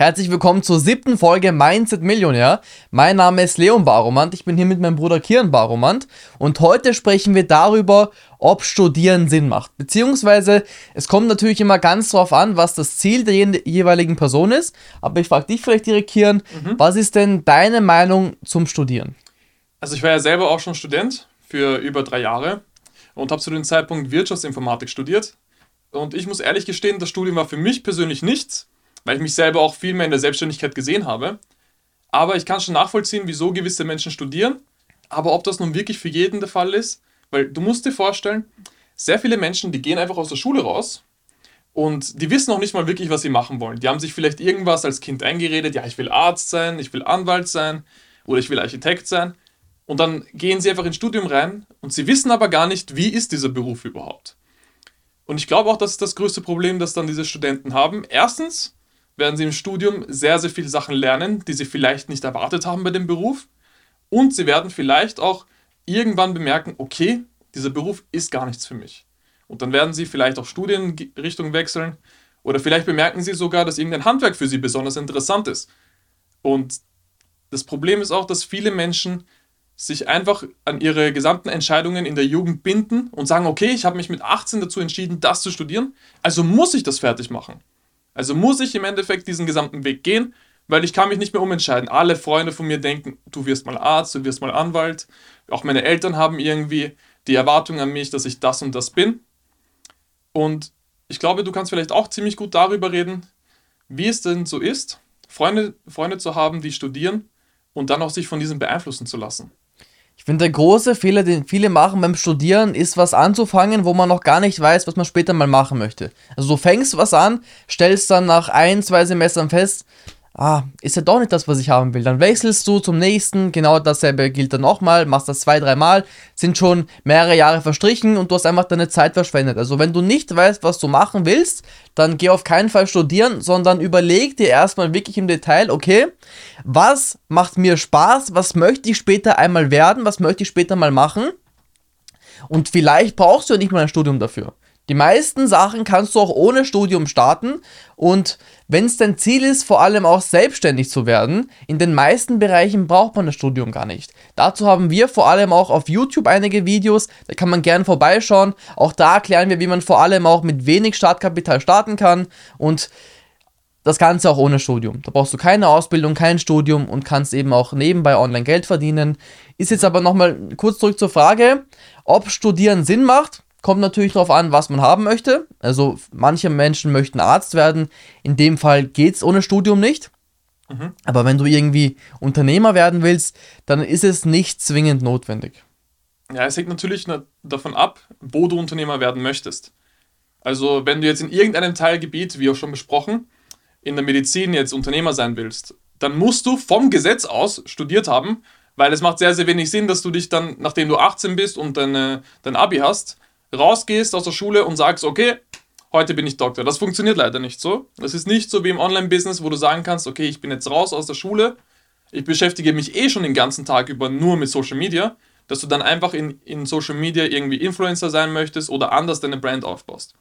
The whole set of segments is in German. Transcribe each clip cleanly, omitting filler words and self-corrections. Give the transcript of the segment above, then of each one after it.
Herzlich willkommen zur 7. Folge Mindset Millionär. Mein Name ist Leon Baromant, ich bin hier mit meinem Bruder Kieran Baromant und heute sprechen wir darüber, ob Studieren Sinn macht. Beziehungsweise, es kommt natürlich immer ganz drauf an, was das Ziel der jeweiligen Person ist, aber ich frage dich vielleicht direkt, Kieran, was ist denn deine Meinung zum Studieren? Also ich war ja selber auch schon Student für über 3 Jahre und habe zu dem Zeitpunkt Wirtschaftsinformatik studiert. Und ich muss ehrlich gestehen, das Studium war für mich persönlich nichts, weil ich mich selber auch viel mehr in der Selbstständigkeit gesehen habe. Aber ich kann schon nachvollziehen, wieso gewisse Menschen studieren, aber ob das nun wirklich für jeden der Fall ist, weil du musst dir vorstellen, sehr viele Menschen, die gehen einfach aus der Schule raus und die wissen auch nicht mal wirklich, was sie machen wollen. Die haben sich vielleicht irgendwas als Kind eingeredet, ja, ich will Arzt sein, ich will Anwalt sein oder ich will Architekt sein. Und dann gehen sie einfach ins Studium rein und sie wissen aber gar nicht, wie ist dieser Beruf überhaupt. Und ich glaube auch, das ist das größte Problem, das dann diese Studenten haben. Erstens werden sie im Studium sehr, sehr viele Sachen lernen, die sie vielleicht nicht erwartet haben bei dem Beruf. Und sie werden vielleicht auch irgendwann bemerken, okay, dieser Beruf ist gar nichts für mich. Und dann werden sie vielleicht auch Studienrichtung wechseln oder vielleicht bemerken sie sogar, dass irgendein Handwerk für sie besonders interessant ist. Und das Problem ist auch, dass viele Menschen sich einfach an ihre gesamten Entscheidungen in der Jugend binden und sagen, okay, ich habe mich mit 18 dazu entschieden, das zu studieren, also muss ich das fertig machen. Also muss ich im Endeffekt diesen gesamten Weg gehen, weil ich kann mich nicht mehr umentscheiden. Alle Freunde von mir denken, du wirst mal Arzt, du wirst mal Anwalt. Auch meine Eltern haben irgendwie die Erwartung an mich, dass ich das und das bin. Und ich glaube, du kannst vielleicht auch ziemlich gut darüber reden, wie es denn so ist, Freunde zu haben, die studieren und dann auch sich von diesen beeinflussen zu lassen. Ich finde, der große Fehler, den viele machen beim Studieren, ist was anzufangen, wo man noch gar nicht weiß, was man später mal machen möchte. Also du fängst was an, stellst dann nach 1, 2 Semestern fest, ist ja doch nicht das, was ich haben will. Dann wechselst du zum nächsten, genau dasselbe gilt dann nochmal, machst das 2, 3 Mal, sind schon mehrere Jahre verstrichen und du hast einfach deine Zeit verschwendet. Also wenn du nicht weißt, was du machen willst, dann geh auf keinen Fall studieren, sondern überleg dir erstmal wirklich im Detail, okay, was macht mir Spaß, was möchte ich später einmal werden, was möchte ich später mal machen und vielleicht brauchst du ja nicht mal ein Studium dafür. Die meisten Sachen kannst du auch ohne Studium starten und wenn es dein Ziel ist, vor allem auch selbstständig zu werden, in den meisten Bereichen braucht man das Studium gar nicht. Dazu haben wir vor allem auch auf YouTube einige Videos, da kann man gerne vorbeischauen. Auch da erklären wir, wie man vor allem auch mit wenig Startkapital starten kann und das Ganze auch ohne Studium. Da brauchst du keine Ausbildung, kein Studium und kannst eben auch nebenbei online Geld verdienen. Ist jetzt aber nochmal kurz zurück zur Frage, ob Studieren Sinn macht. Kommt natürlich darauf an, was man haben möchte. Also manche Menschen möchten Arzt werden. In dem Fall geht es ohne Studium nicht. Aber wenn du irgendwie Unternehmer werden willst, dann ist es nicht zwingend notwendig. Ja, es hängt natürlich davon ab, wo du Unternehmer werden möchtest. Also wenn du jetzt in irgendeinem Teilgebiet, wie auch schon besprochen, in der Medizin jetzt Unternehmer sein willst, dann musst du vom Gesetz aus studiert haben, weil es macht sehr, sehr wenig Sinn, dass du dich dann, nachdem du 18 bist und dein Abi hast, rausgehst aus der Schule und sagst, okay, heute bin ich Doktor. Das funktioniert leider nicht so. Das ist nicht so wie im Online-Business, wo du sagen kannst, okay, ich bin jetzt raus aus der Schule, ich beschäftige mich schon den ganzen Tag über nur mit Social Media, dass du dann einfach in Social Media irgendwie Influencer sein möchtest oder anders deine Brand aufbaust.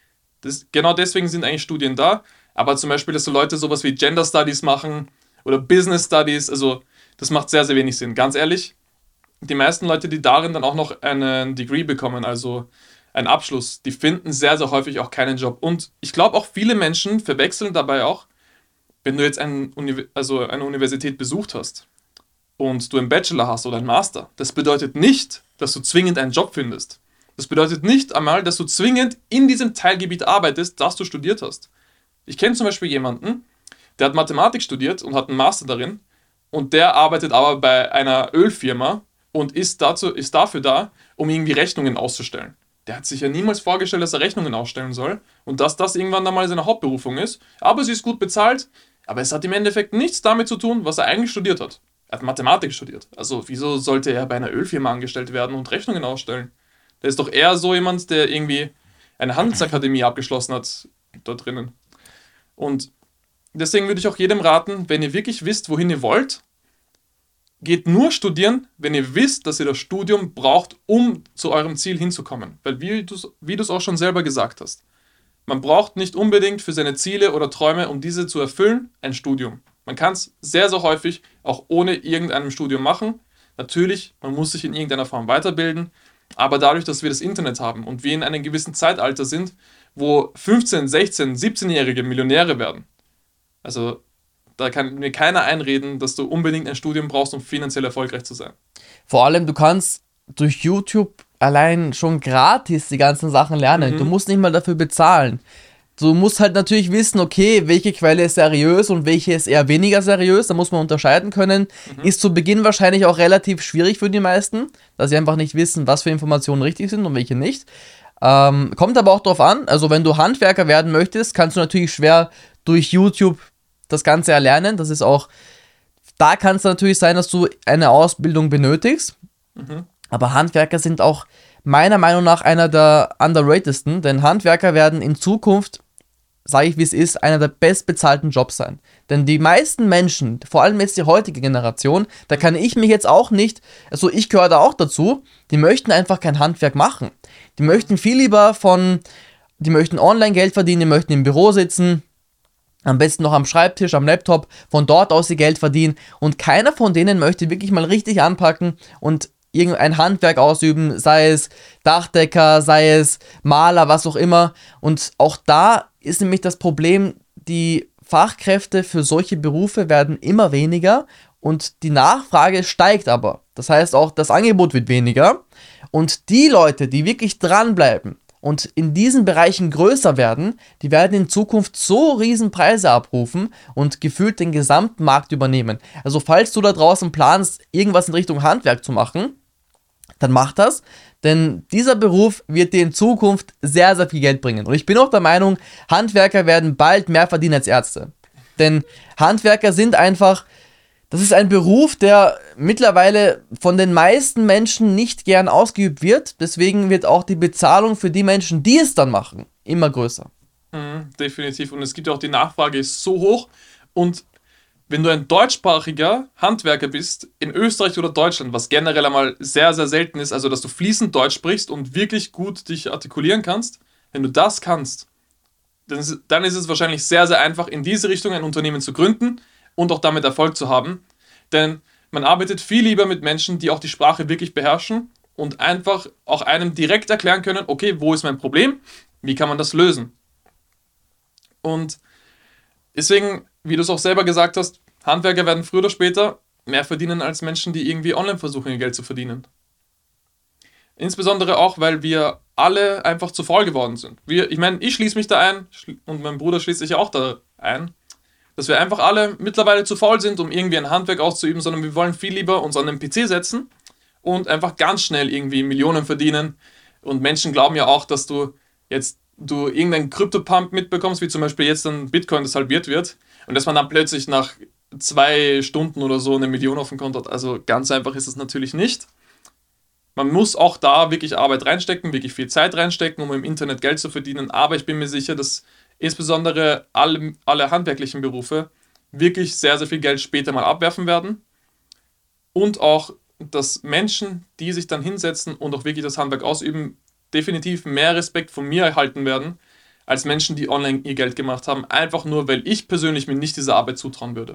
Genau deswegen sind eigentlich Studien da, aber zum Beispiel, dass so Leute sowas wie Gender Studies machen oder Business Studies, also das macht sehr, sehr wenig Sinn. Ganz ehrlich, die meisten Leute, die darin dann auch noch einen Degree bekommen, also einen Abschluss, die finden sehr, sehr häufig auch keinen Job. Und ich glaube auch viele Menschen verwechseln dabei auch, wenn du jetzt eine Universität besucht hast und du einen Bachelor hast oder einen Master, das bedeutet nicht, dass du zwingend einen Job findest. Das bedeutet nicht einmal, dass du zwingend in diesem Teilgebiet arbeitest, das du studiert hast. Ich kenne zum Beispiel jemanden, der hat Mathematik studiert und hat einen Master darin und der arbeitet aber bei einer Ölfirma und ist dafür da, um irgendwie Rechnungen auszustellen. Der hat sich ja niemals vorgestellt, dass er Rechnungen ausstellen soll und dass das irgendwann dann mal seine Hauptberufung ist. Aber sie ist gut bezahlt, aber es hat im Endeffekt nichts damit zu tun, was er eigentlich studiert hat. Er hat Mathematik studiert. Also wieso sollte er bei einer Ölfirma angestellt werden und Rechnungen ausstellen? Der ist doch eher so jemand, der irgendwie eine Handelsakademie abgeschlossen hat dort drinnen. Und deswegen würde ich auch jedem raten, wenn ihr wirklich wisst, wohin ihr wollt, geht nur studieren, wenn ihr wisst, dass ihr das Studium braucht, um zu eurem Ziel hinzukommen. Weil wie du es auch schon selber gesagt hast, man braucht nicht unbedingt für seine Ziele oder Träume, um diese zu erfüllen, ein Studium. Man kann es sehr, sehr häufig auch ohne irgendeinem Studium machen. Natürlich, man muss sich in irgendeiner Form weiterbilden, aber dadurch, dass wir das Internet haben und wir in einem gewissen Zeitalter sind, wo 15, 16, 17-jährige Millionäre werden, also da kann mir keiner einreden, dass du unbedingt ein Studium brauchst, um finanziell erfolgreich zu sein. Vor allem, du kannst durch YouTube allein schon gratis die ganzen Sachen lernen. Du musst nicht mal dafür bezahlen. Du musst halt natürlich wissen, okay, welche Quelle ist seriös und welche ist eher weniger seriös. Da muss man unterscheiden können. Ist zu Beginn wahrscheinlich auch relativ schwierig für die meisten, dass sie einfach nicht wissen, was für Informationen richtig sind und welche nicht. Kommt aber auch drauf an. Also wenn du Handwerker werden möchtest, kannst du natürlich schwer durch YouTube das Ganze erlernen. Das ist auch, da kann es natürlich sein, dass du eine Ausbildung benötigst. Aber Handwerker sind auch meiner Meinung nach einer der underratedsten, denn Handwerker werden in Zukunft, sage ich wie es ist, einer der bestbezahlten Jobs sein. Denn die meisten Menschen, vor allem jetzt die heutige Generation, da kann ich mich jetzt auch nicht, also ich gehöre da auch dazu, die möchten einfach kein Handwerk machen. Die möchten viel lieber die möchten online Geld verdienen, die möchten im Büro sitzen, am besten noch am Schreibtisch, am Laptop, von dort aus ihr Geld verdienen und keiner von denen möchte wirklich mal richtig anpacken und irgendein Handwerk ausüben, sei es Dachdecker, sei es Maler, was auch immer. Und auch da ist nämlich das Problem, die Fachkräfte für solche Berufe werden immer weniger und die Nachfrage steigt aber. Das heißt auch, das Angebot wird weniger und die Leute, die wirklich dranbleiben und in diesen Bereichen größer werden, die werden in Zukunft so riesen Preise abrufen und gefühlt den gesamten Markt übernehmen. Also falls du da draußen planst, irgendwas in Richtung Handwerk zu machen, dann mach das, denn dieser Beruf wird dir in Zukunft sehr, sehr viel Geld bringen. Und ich bin auch der Meinung, Handwerker werden bald mehr verdienen als Ärzte. Denn Handwerker sind einfach, das ist ein Beruf, der mittlerweile von den meisten Menschen nicht gern ausgeübt wird. Deswegen wird auch die Bezahlung für die Menschen, die es dann machen, immer größer. Definitiv. Und es gibt ja auch die Nachfrage ist so hoch. Und wenn du ein deutschsprachiger Handwerker bist, in Österreich oder Deutschland, was generell einmal sehr, sehr selten ist, also dass du fließend Deutsch sprichst und wirklich gut dich artikulieren kannst, wenn du das kannst, dann ist es wahrscheinlich sehr, sehr einfach, in diese Richtung ein Unternehmen zu gründen und auch damit Erfolg zu haben. Denn man arbeitet viel lieber mit Menschen, die auch die Sprache wirklich beherrschen und einfach auch einem direkt erklären können, okay, wo ist mein Problem, wie kann man das lösen? Und deswegen, wie du es auch selber gesagt hast, Handwerker werden früher oder später mehr verdienen als Menschen, die irgendwie online versuchen, ihr Geld zu verdienen. Insbesondere auch, weil wir alle einfach zu faul geworden sind. Ich meine, ich schließe mich da ein und mein Bruder schließt sich ja auch da ein, dass wir einfach alle mittlerweile zu faul sind, um irgendwie ein Handwerk auszuüben, sondern wir wollen viel lieber uns an den PC setzen und einfach ganz schnell irgendwie Millionen verdienen. Und Menschen glauben ja auch, dass du irgendeinen Krypto-Pump mitbekommst, wie zum Beispiel jetzt ein Bitcoin, das halbiert wird und dass man dann plötzlich nach 2 Stunden oder so 1 Million auf dem Konto hat. Also ganz einfach ist es natürlich nicht. Man muss auch da wirklich Arbeit reinstecken, wirklich viel Zeit reinstecken, um im Internet Geld zu verdienen. Aber ich bin mir sicher, dass insbesondere alle handwerklichen Berufe wirklich sehr, sehr viel Geld später mal abwerfen werden. Und auch, dass Menschen, die sich dann hinsetzen und auch wirklich das Handwerk ausüben, definitiv mehr Respekt von mir erhalten werden, als Menschen, die online ihr Geld gemacht haben. Einfach nur, weil ich persönlich mir nicht diese Arbeit zutrauen würde.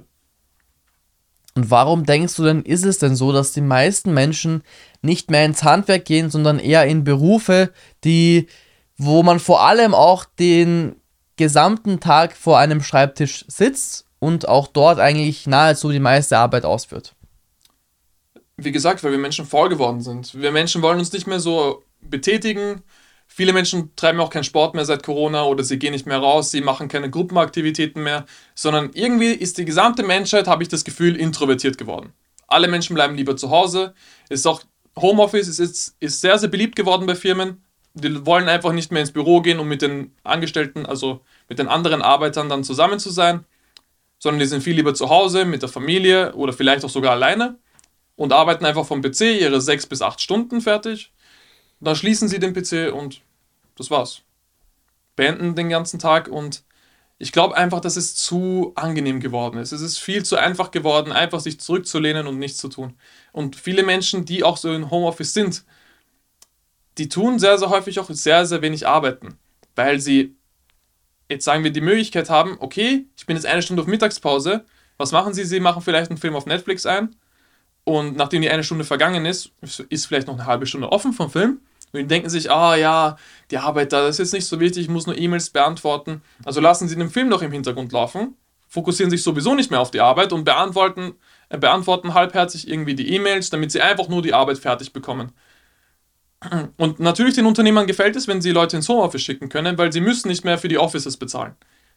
Und warum denkst du denn, ist es denn so, dass die meisten Menschen nicht mehr ins Handwerk gehen, sondern eher in Berufe, wo man vor allem auch den gesamten Tag vor einem Schreibtisch sitzt und auch dort eigentlich nahezu die meiste Arbeit ausführt? Wie gesagt, weil wir Menschen faul geworden sind. Wir Menschen wollen uns nicht mehr so betätigen. Viele Menschen treiben auch keinen Sport mehr seit Corona oder sie gehen nicht mehr raus, sie machen keine Gruppenaktivitäten mehr, sondern irgendwie ist die gesamte Menschheit, habe ich das Gefühl, introvertiert geworden. Alle Menschen bleiben lieber zu Hause. Homeoffice ist sehr, sehr beliebt geworden bei Firmen. Die wollen einfach nicht mehr ins Büro gehen, um mit den Angestellten, also mit den anderen Arbeitern dann zusammen zu sein, sondern die sind viel lieber zu Hause mit der Familie oder vielleicht auch sogar alleine und arbeiten einfach vom PC ihre 6 bis 8 Stunden fertig. Dann schließen sie den PC und das war's. Beenden den ganzen Tag und ich glaube einfach, dass es zu angenehm geworden ist. Es ist viel zu einfach geworden, einfach sich zurückzulehnen und nichts zu tun. Und viele Menschen, die auch so im Homeoffice sind, die tun sehr, sehr häufig auch sehr, sehr wenig arbeiten, weil sie jetzt sagen wir die Möglichkeit haben, okay, ich bin jetzt eine Stunde auf Mittagspause, was machen Sie? Sie machen vielleicht einen Film auf Netflix ein und nachdem die eine Stunde vergangen ist vielleicht noch eine halbe Stunde offen vom Film und die denken sich, ah ja, die Arbeit da, das ist jetzt nicht so wichtig, ich muss nur E-Mails beantworten, also lassen Sie den Film noch im Hintergrund laufen, fokussieren sich sowieso nicht mehr auf die Arbeit und beantworten halbherzig irgendwie die E-Mails, damit sie einfach nur die Arbeit fertig bekommen. Und natürlich den Unternehmern gefällt es, wenn sie Leute ins Homeoffice schicken können, weil sie müssen nicht mehr für die Offices bezahlen.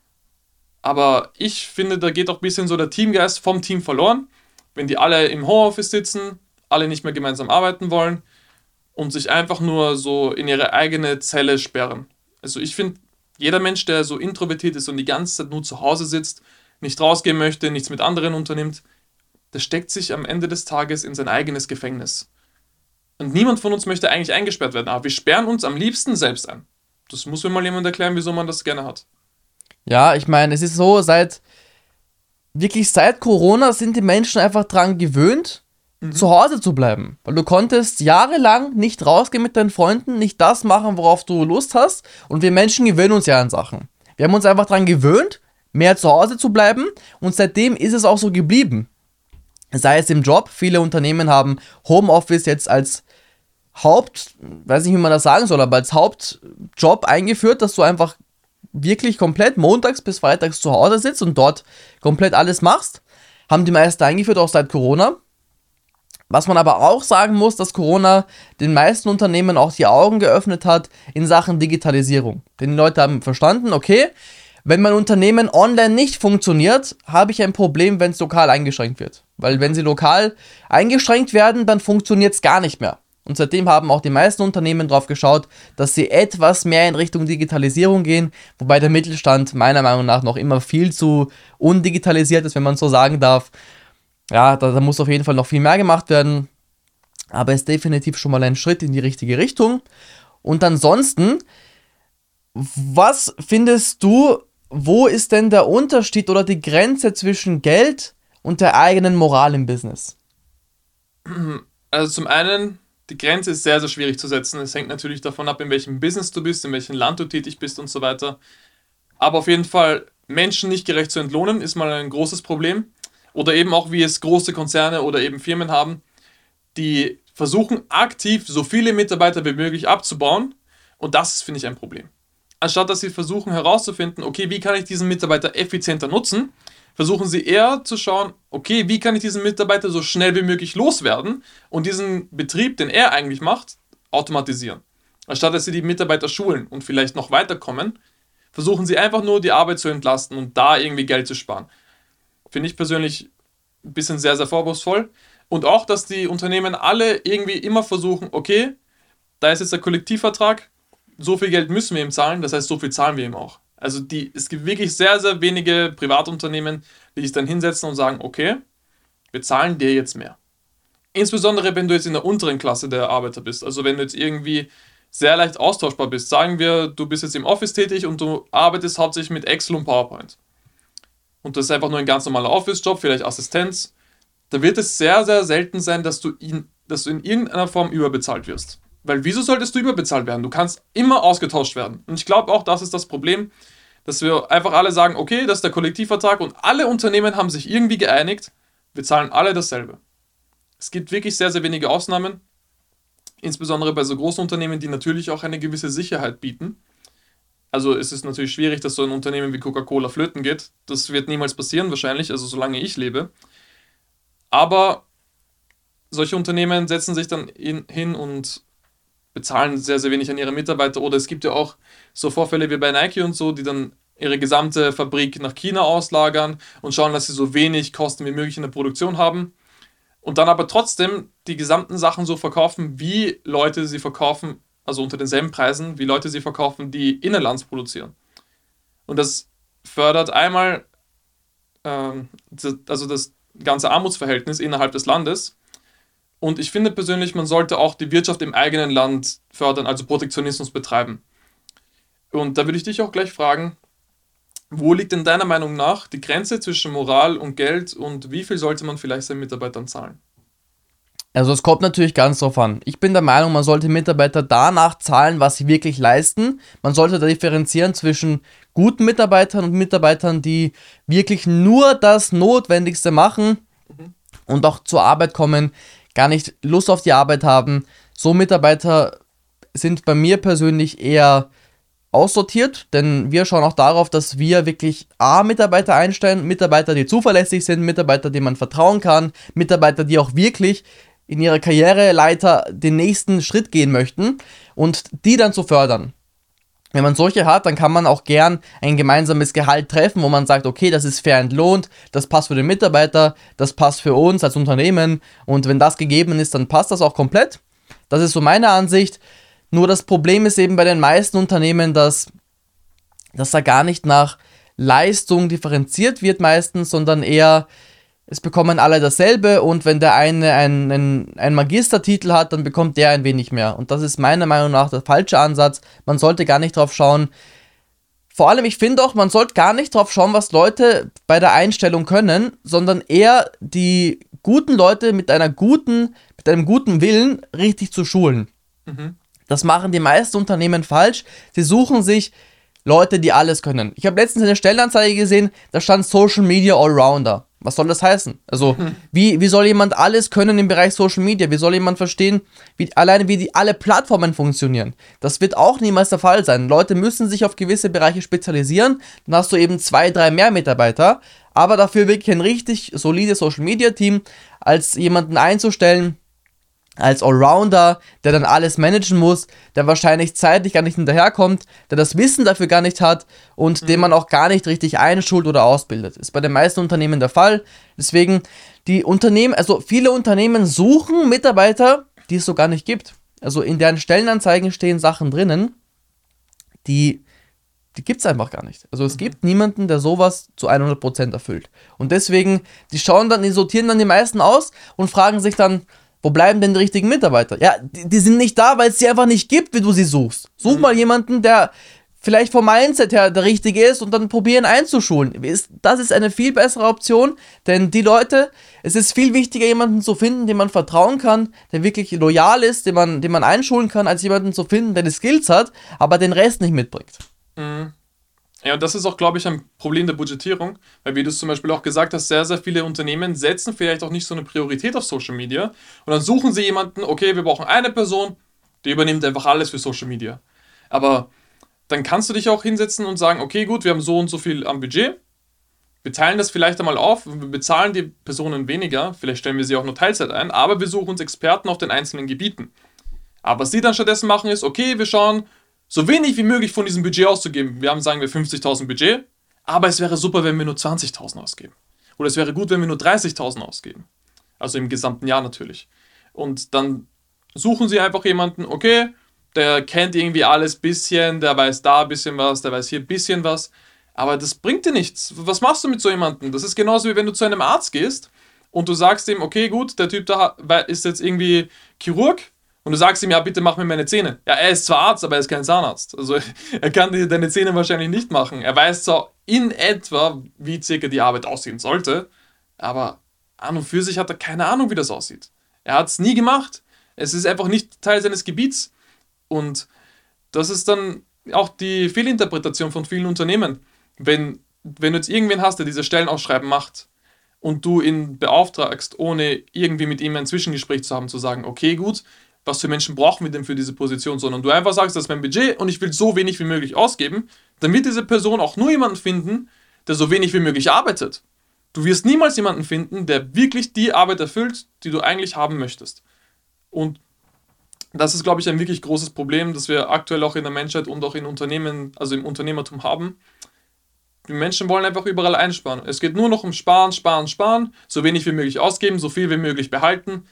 Aber ich finde, da geht auch ein bisschen so der Teamgeist vom Team verloren, wenn die alle im Homeoffice sitzen, alle nicht mehr gemeinsam arbeiten wollen und sich einfach nur so in ihre eigene Zelle sperren. Also ich finde, jeder Mensch, der so introvertiert ist und die ganze Zeit nur zu Hause sitzt, nicht rausgehen möchte, nichts mit anderen unternimmt, der steckt sich am Ende des Tages in sein eigenes Gefängnis. Und niemand von uns möchte eigentlich eingesperrt werden, aber wir sperren uns am liebsten selbst ein. Das muss mir mal jemand erklären, wieso man das gerne hat. Ja, ich meine, es ist so, wirklich seit Corona sind die Menschen einfach dran gewöhnt, zu Hause zu bleiben. Weil du konntest jahrelang nicht rausgehen mit deinen Freunden, nicht das machen, worauf du Lust hast. Und wir Menschen gewöhnen uns ja an Sachen. Wir haben uns einfach dran gewöhnt, mehr zu Hause zu bleiben. Und seitdem ist es auch so geblieben. Sei es im Job, viele Unternehmen haben Homeoffice jetzt als weiß nicht, wie man das sagen soll, aber als Hauptjob eingeführt, dass du einfach wirklich komplett montags bis freitags zu Hause sitzt und dort komplett alles machst. Haben die meisten eingeführt, auch seit Corona. Was man aber auch sagen muss, dass Corona den meisten Unternehmen auch die Augen geöffnet hat in Sachen Digitalisierung. Denn die Leute haben verstanden, okay, wenn mein Unternehmen online nicht funktioniert, habe ich ein Problem, wenn es lokal eingeschränkt wird. Weil wenn sie lokal eingeschränkt werden, dann funktioniert es gar nicht mehr. Und seitdem haben auch die meisten Unternehmen darauf geschaut, dass sie etwas mehr in Richtung Digitalisierung gehen, wobei der Mittelstand meiner Meinung nach noch immer viel zu undigitalisiert ist, wenn man so sagen darf. Ja, da muss auf jeden Fall noch viel mehr gemacht werden, aber es ist definitiv schon mal ein Schritt in die richtige Richtung. Und ansonsten, was findest du, wo ist denn der Unterschied oder die Grenze zwischen Geld und der eigenen Moral im Business? Also zum einen, die Grenze ist sehr, sehr schwierig zu setzen. Es hängt natürlich davon ab, in welchem Business du bist, in welchem Land du tätig bist und so weiter. Aber auf jeden Fall, Menschen nicht gerecht zu entlohnen, ist mal ein großes Problem. Oder eben auch, wie es große Konzerne oder eben Firmen haben, die versuchen aktiv so viele Mitarbeiter wie möglich abzubauen. Und das finde ich ein Problem. Anstatt dass sie versuchen herauszufinden, okay, wie kann ich diesen Mitarbeiter effizienter nutzen, versuchen sie eher zu schauen, okay, wie kann ich diesen Mitarbeiter so schnell wie möglich loswerden und diesen Betrieb, den er eigentlich macht, automatisieren. Anstatt dass sie die Mitarbeiter schulen und vielleicht noch weiterkommen, versuchen sie einfach nur die Arbeit zu entlasten und da irgendwie Geld zu sparen. Finde ich persönlich ein bisschen sehr, sehr vorwurfsvoll. Und auch, dass die Unternehmen alle irgendwie immer versuchen, okay, da ist jetzt der Kollektivvertrag, so viel Geld müssen wir ihm zahlen, das heißt, so viel zahlen wir ihm auch. Also es gibt wirklich sehr, sehr wenige Privatunternehmen, die sich dann hinsetzen und sagen, okay, wir zahlen dir jetzt mehr. Insbesondere, wenn du jetzt in der unteren Klasse der Arbeiter bist. Also wenn du jetzt irgendwie sehr leicht austauschbar bist. Sagen wir, du bist jetzt im Office tätig und du arbeitest hauptsächlich mit Excel und PowerPoint. Und das ist einfach nur ein ganz normaler Office-Job, vielleicht Assistenz. Da wird es sehr, sehr selten sein, dass du in irgendeiner Form überbezahlt wirst. Weil wieso solltest du überbezahlt werden? Du kannst immer ausgetauscht werden. Und ich glaube auch, das ist das Problem, dass wir einfach alle sagen, okay, das ist der Kollektivvertrag und alle Unternehmen haben sich irgendwie geeinigt, wir zahlen alle dasselbe. Es gibt wirklich sehr, sehr wenige Ausnahmen, insbesondere bei so großen Unternehmen, die natürlich auch eine gewisse Sicherheit bieten. Also es ist natürlich schwierig, dass so ein Unternehmen wie Coca-Cola flöten geht. Das wird niemals passieren wahrscheinlich, also solange ich lebe. Aber solche Unternehmen setzen sich dann hin und bezahlen sehr, sehr wenig an ihre Mitarbeiter. Oder es gibt ja auch so Vorfälle wie bei Nike und so, die dann ihre gesamte Fabrik nach China auslagern und schauen, dass sie so wenig Kosten wie möglich in der Produktion haben. Und dann aber trotzdem die gesamten Sachen so verkaufen, wie Leute sie verkaufen, also unter denselben Preisen, wie Leute sie verkaufen, die innerlands produzieren. Und das fördert einmal das ganze Armutsverhältnis innerhalb des Landes. Und ich finde persönlich, man sollte auch die Wirtschaft im eigenen Land fördern, also Protektionismus betreiben. Und da würde ich dich auch gleich fragen, wo liegt denn deiner Meinung nach die Grenze zwischen Moral und Geld und wie viel sollte man vielleicht seinen Mitarbeitern zahlen? Also es kommt natürlich ganz drauf an. Ich bin der Meinung, man sollte Mitarbeiter danach zahlen, was sie wirklich leisten. Man sollte da differenzieren zwischen guten Mitarbeitern und Mitarbeitern, die wirklich nur das Notwendigste machen und auch zur Arbeit kommen, gar nicht Lust auf die Arbeit haben. So Mitarbeiter sind bei mir persönlich eher aussortiert, denn wir schauen auch darauf, dass wir wirklich Mitarbeiter einstellen, Mitarbeiter, die zuverlässig sind, Mitarbeiter, denen man vertrauen kann, Mitarbeiter, die auch wirklich in ihrer Karriereleiter den nächsten Schritt gehen möchten und die dann zu fördern. Wenn man solche hat, dann kann man auch gern ein gemeinsames Gehalt treffen, wo man sagt, okay, das ist fair entlohnt, das passt für den Mitarbeiter, das passt für uns als Unternehmen und wenn das gegeben ist, dann passt das auch komplett. Das ist so meine Ansicht. Nur das Problem ist eben bei den meisten Unternehmen, dass da gar nicht nach Leistung differenziert wird meistens, sondern eher, es bekommen alle dasselbe und wenn der eine einen Magistertitel hat, dann bekommt der ein wenig mehr. Und das ist meiner Meinung nach der falsche Ansatz. Man sollte gar nicht drauf schauen. Vor allem, ich finde auch, man sollte gar nicht drauf schauen, was Leute bei der Einstellung können, sondern eher die guten Leute mit einem guten Willen richtig zu schulen. Das machen die meisten Unternehmen falsch. Sie suchen sich Leute, die alles können. Ich habe letztens eine Stellenanzeige gesehen, da stand Social Media Allrounder. Was soll das heißen? Also, wie soll jemand alles können im Bereich Social Media? Wie soll jemand verstehen, wie alle Plattformen funktionieren? Das wird auch niemals der Fall sein. Leute müssen sich auf gewisse Bereiche spezialisieren, dann hast du eben 2, 3 mehr Mitarbeiter, aber dafür wirklich ein richtig solides Social Media Team als jemanden einzustellen, als Allrounder, der dann alles managen muss, der wahrscheinlich zeitlich gar nicht hinterherkommt, der das Wissen dafür gar nicht hat und den man auch gar nicht richtig einschult oder ausbildet. Ist bei den meisten Unternehmen der Fall. Deswegen, viele Unternehmen suchen Mitarbeiter, die es so gar nicht gibt. Also in deren Stellenanzeigen stehen Sachen drinnen, die gibt es einfach gar nicht. Also es gibt niemanden, der sowas zu 100% erfüllt. Und deswegen, die sortieren dann die meisten aus und fragen sich dann, wo bleiben denn die richtigen Mitarbeiter? Ja, die sind nicht da, weil es sie einfach nicht gibt, wie du sie suchst. Such mal jemanden, der vielleicht vom Mindset her der Richtige ist und dann probieren einzuschulen. Das ist eine viel bessere Option, denn die Leute, es ist viel wichtiger, jemanden zu finden, dem man vertrauen kann, der wirklich loyal ist, den man einschulen kann, als jemanden zu finden, der die Skills hat, aber den Rest nicht mitbringt. Ja, und das ist auch, glaube ich, ein Problem der Budgetierung, weil wie du es zum Beispiel auch gesagt hast, sehr, sehr viele Unternehmen setzen vielleicht auch nicht so eine Priorität auf Social Media und dann suchen sie jemanden, okay, wir brauchen eine Person, die übernimmt einfach alles für Social Media. Aber dann kannst du dich auch hinsetzen und sagen, okay, gut, wir haben so und so viel am Budget, wir teilen das vielleicht einmal auf, wir bezahlen die Personen weniger, vielleicht stellen wir sie auch nur Teilzeit ein, aber wir suchen uns Experten auf den einzelnen Gebieten. Aber was sie dann stattdessen machen ist, okay, wir schauen, so wenig wie möglich von diesem Budget auszugeben. Wir haben, sagen wir, 50.000 Budget, aber es wäre super, wenn wir nur 20.000 ausgeben. Oder es wäre gut, wenn wir nur 30.000 ausgeben. Also im gesamten Jahr natürlich. Und dann suchen sie einfach jemanden, okay, der kennt irgendwie alles bisschen, der weiß da ein bisschen was, der weiß hier ein bisschen was, aber das bringt dir nichts. Was machst du mit so jemandem? Das ist genauso wie wenn du zu einem Arzt gehst und du sagst ihm, okay, gut, der Typ da ist jetzt irgendwie Chirurg, und du sagst ihm, ja, bitte mach mir meine Zähne. Ja, er ist zwar Arzt, aber er ist kein Zahnarzt. Also er kann dir deine Zähne wahrscheinlich nicht machen. Er weiß zwar in etwa, wie circa die Arbeit aussehen sollte, aber an und für sich hat er keine Ahnung, wie das aussieht. Er hat es nie gemacht. Es ist einfach nicht Teil seines Gebiets. Und das ist dann auch die Fehlinterpretation von vielen Unternehmen. Wenn du jetzt irgendwen hast, der diese Stellenausschreiben macht und du ihn beauftragst, ohne irgendwie mit ihm ein Zwischengespräch zu haben, zu sagen, okay, gut, was für Menschen brauchen wir denn für diese Position, sondern du einfach sagst, das ist mein Budget und ich will so wenig wie möglich ausgeben, dann wird diese Person auch nur jemanden finden, der so wenig wie möglich arbeitet. Du wirst niemals jemanden finden, der wirklich die Arbeit erfüllt, die du eigentlich haben möchtest. Und das ist, glaube ich, ein wirklich großes Problem, das wir aktuell auch in der Menschheit und auch in Unternehmen, also im Unternehmertum haben. Die Menschen wollen einfach überall einsparen. Es geht nur noch um Sparen, Sparen, Sparen, so wenig wie möglich ausgeben, so viel wie möglich behalten.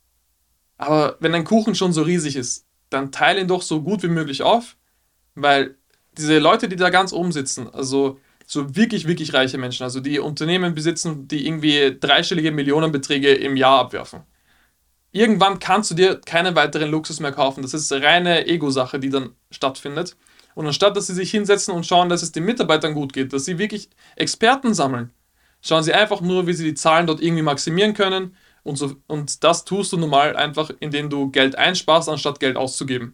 Aber wenn dein Kuchen schon so riesig ist, dann teile ihn doch so gut wie möglich auf, weil diese Leute, die da ganz oben sitzen, also so wirklich, wirklich reiche Menschen, also die Unternehmen besitzen, die irgendwie dreistellige Millionenbeträge im Jahr abwerfen. Irgendwann kannst du dir keinen weiteren Luxus mehr kaufen. Das ist reine Ego-Sache, die dann stattfindet. Und anstatt, dass sie sich hinsetzen und schauen, dass es den Mitarbeitern gut geht, dass sie wirklich Experten sammeln, schauen sie einfach nur, wie sie die Zahlen dort irgendwie maximieren können Und das tust du normal einfach, indem du Geld einsparst, anstatt Geld auszugeben.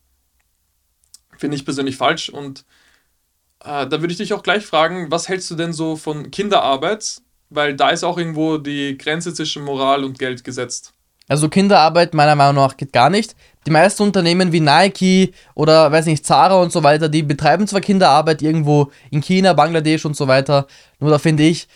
Finde ich persönlich falsch. Und da würde ich dich auch gleich fragen, was hältst du denn so von Kinderarbeit? Weil da ist auch irgendwo die Grenze zwischen Moral und Geld gesetzt. Also Kinderarbeit meiner Meinung nach geht gar nicht. Die meisten Unternehmen wie Nike oder, weiß nicht, Zara und so weiter, die betreiben zwar Kinderarbeit irgendwo in China, Bangladesch und so weiter, nur da finde ich,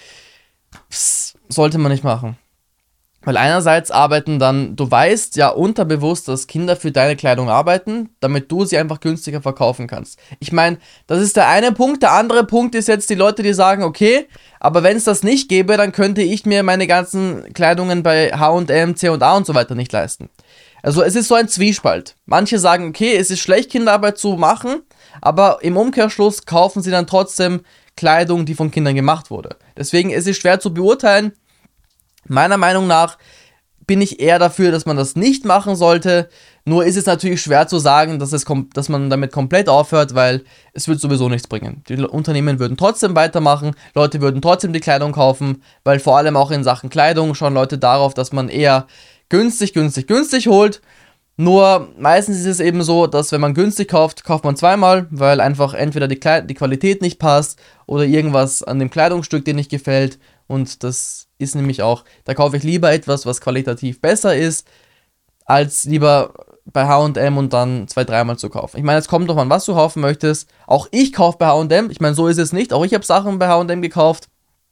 sollte man nicht machen. Weil einerseits arbeiten dann, du weißt ja unterbewusst, dass Kinder für deine Kleidung arbeiten, damit du sie einfach günstiger verkaufen kannst. Ich meine, das ist der eine Punkt. Der andere Punkt ist jetzt die Leute, die sagen, okay, aber wenn es das nicht gäbe, dann könnte ich mir meine ganzen Kleidungen bei H&M, C&A und so weiter nicht leisten. Also es ist so ein Zwiespalt. Manche sagen, okay, es ist schlecht, Kinderarbeit zu machen, aber im Umkehrschluss kaufen sie dann trotzdem Kleidung, die von Kindern gemacht wurde. Deswegen ist es schwer zu beurteilen. Meiner Meinung nach bin ich eher dafür, dass man das nicht machen sollte. Nur ist es natürlich schwer zu sagen, dass man damit komplett aufhört, weil es wird sowieso nichts bringen. Die Unternehmen würden trotzdem weitermachen, Leute würden trotzdem die Kleidung kaufen, weil vor allem auch in Sachen Kleidung schauen Leute darauf, dass man eher günstig holt. Nur meistens ist es eben so, dass wenn man günstig kauft, kauft man zweimal, weil einfach entweder die Qualität nicht passt oder irgendwas an dem Kleidungsstück dir nicht gefällt. Und das ist nämlich auch, da kaufe ich lieber etwas, was qualitativ besser ist, als lieber bei H&M und dann 2-3 Mal zu kaufen. Ich meine, es kommt doch an, was du kaufen möchtest. Auch ich kaufe bei H&M, ich meine, so ist es nicht. Auch ich habe Sachen bei H&M gekauft.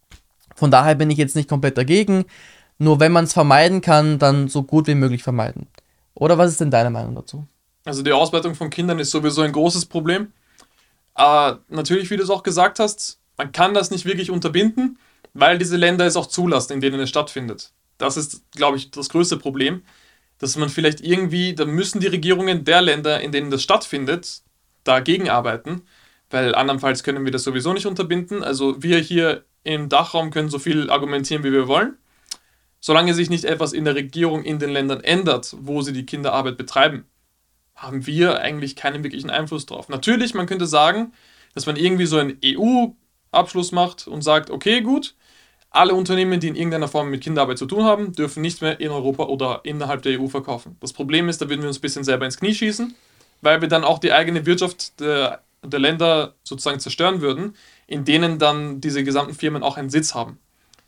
Von daher bin ich jetzt nicht komplett dagegen. Nur wenn man es vermeiden kann, dann so gut wie möglich vermeiden. Oder was ist denn deine Meinung dazu? Also die Ausbeutung von Kindern ist sowieso ein großes Problem. Aber natürlich, wie du es auch gesagt hast, man kann das nicht wirklich unterbinden, weil diese Länder es auch zulassen, in denen es stattfindet. Das ist, glaube ich, das größte Problem, dass man vielleicht irgendwie, da müssen die Regierungen der Länder, in denen das stattfindet, dagegen arbeiten, weil andernfalls können wir das sowieso nicht unterbinden. Also wir hier im Dachraum können so viel argumentieren, wie wir wollen. Solange sich nicht etwas in der Regierung in den Ländern ändert, wo sie die Kinderarbeit betreiben, haben wir eigentlich keinen wirklichen Einfluss drauf. Natürlich, man könnte sagen, dass man irgendwie so einen EU-Abschluss macht und sagt, okay, gut, alle Unternehmen, die in irgendeiner Form mit Kinderarbeit zu tun haben, dürfen nicht mehr in Europa oder innerhalb der EU verkaufen. Das Problem ist, da würden wir uns ein bisschen selber ins Knie schießen, weil wir dann auch die eigene Wirtschaft der Länder sozusagen zerstören würden, in denen dann diese gesamten Firmen auch einen Sitz haben.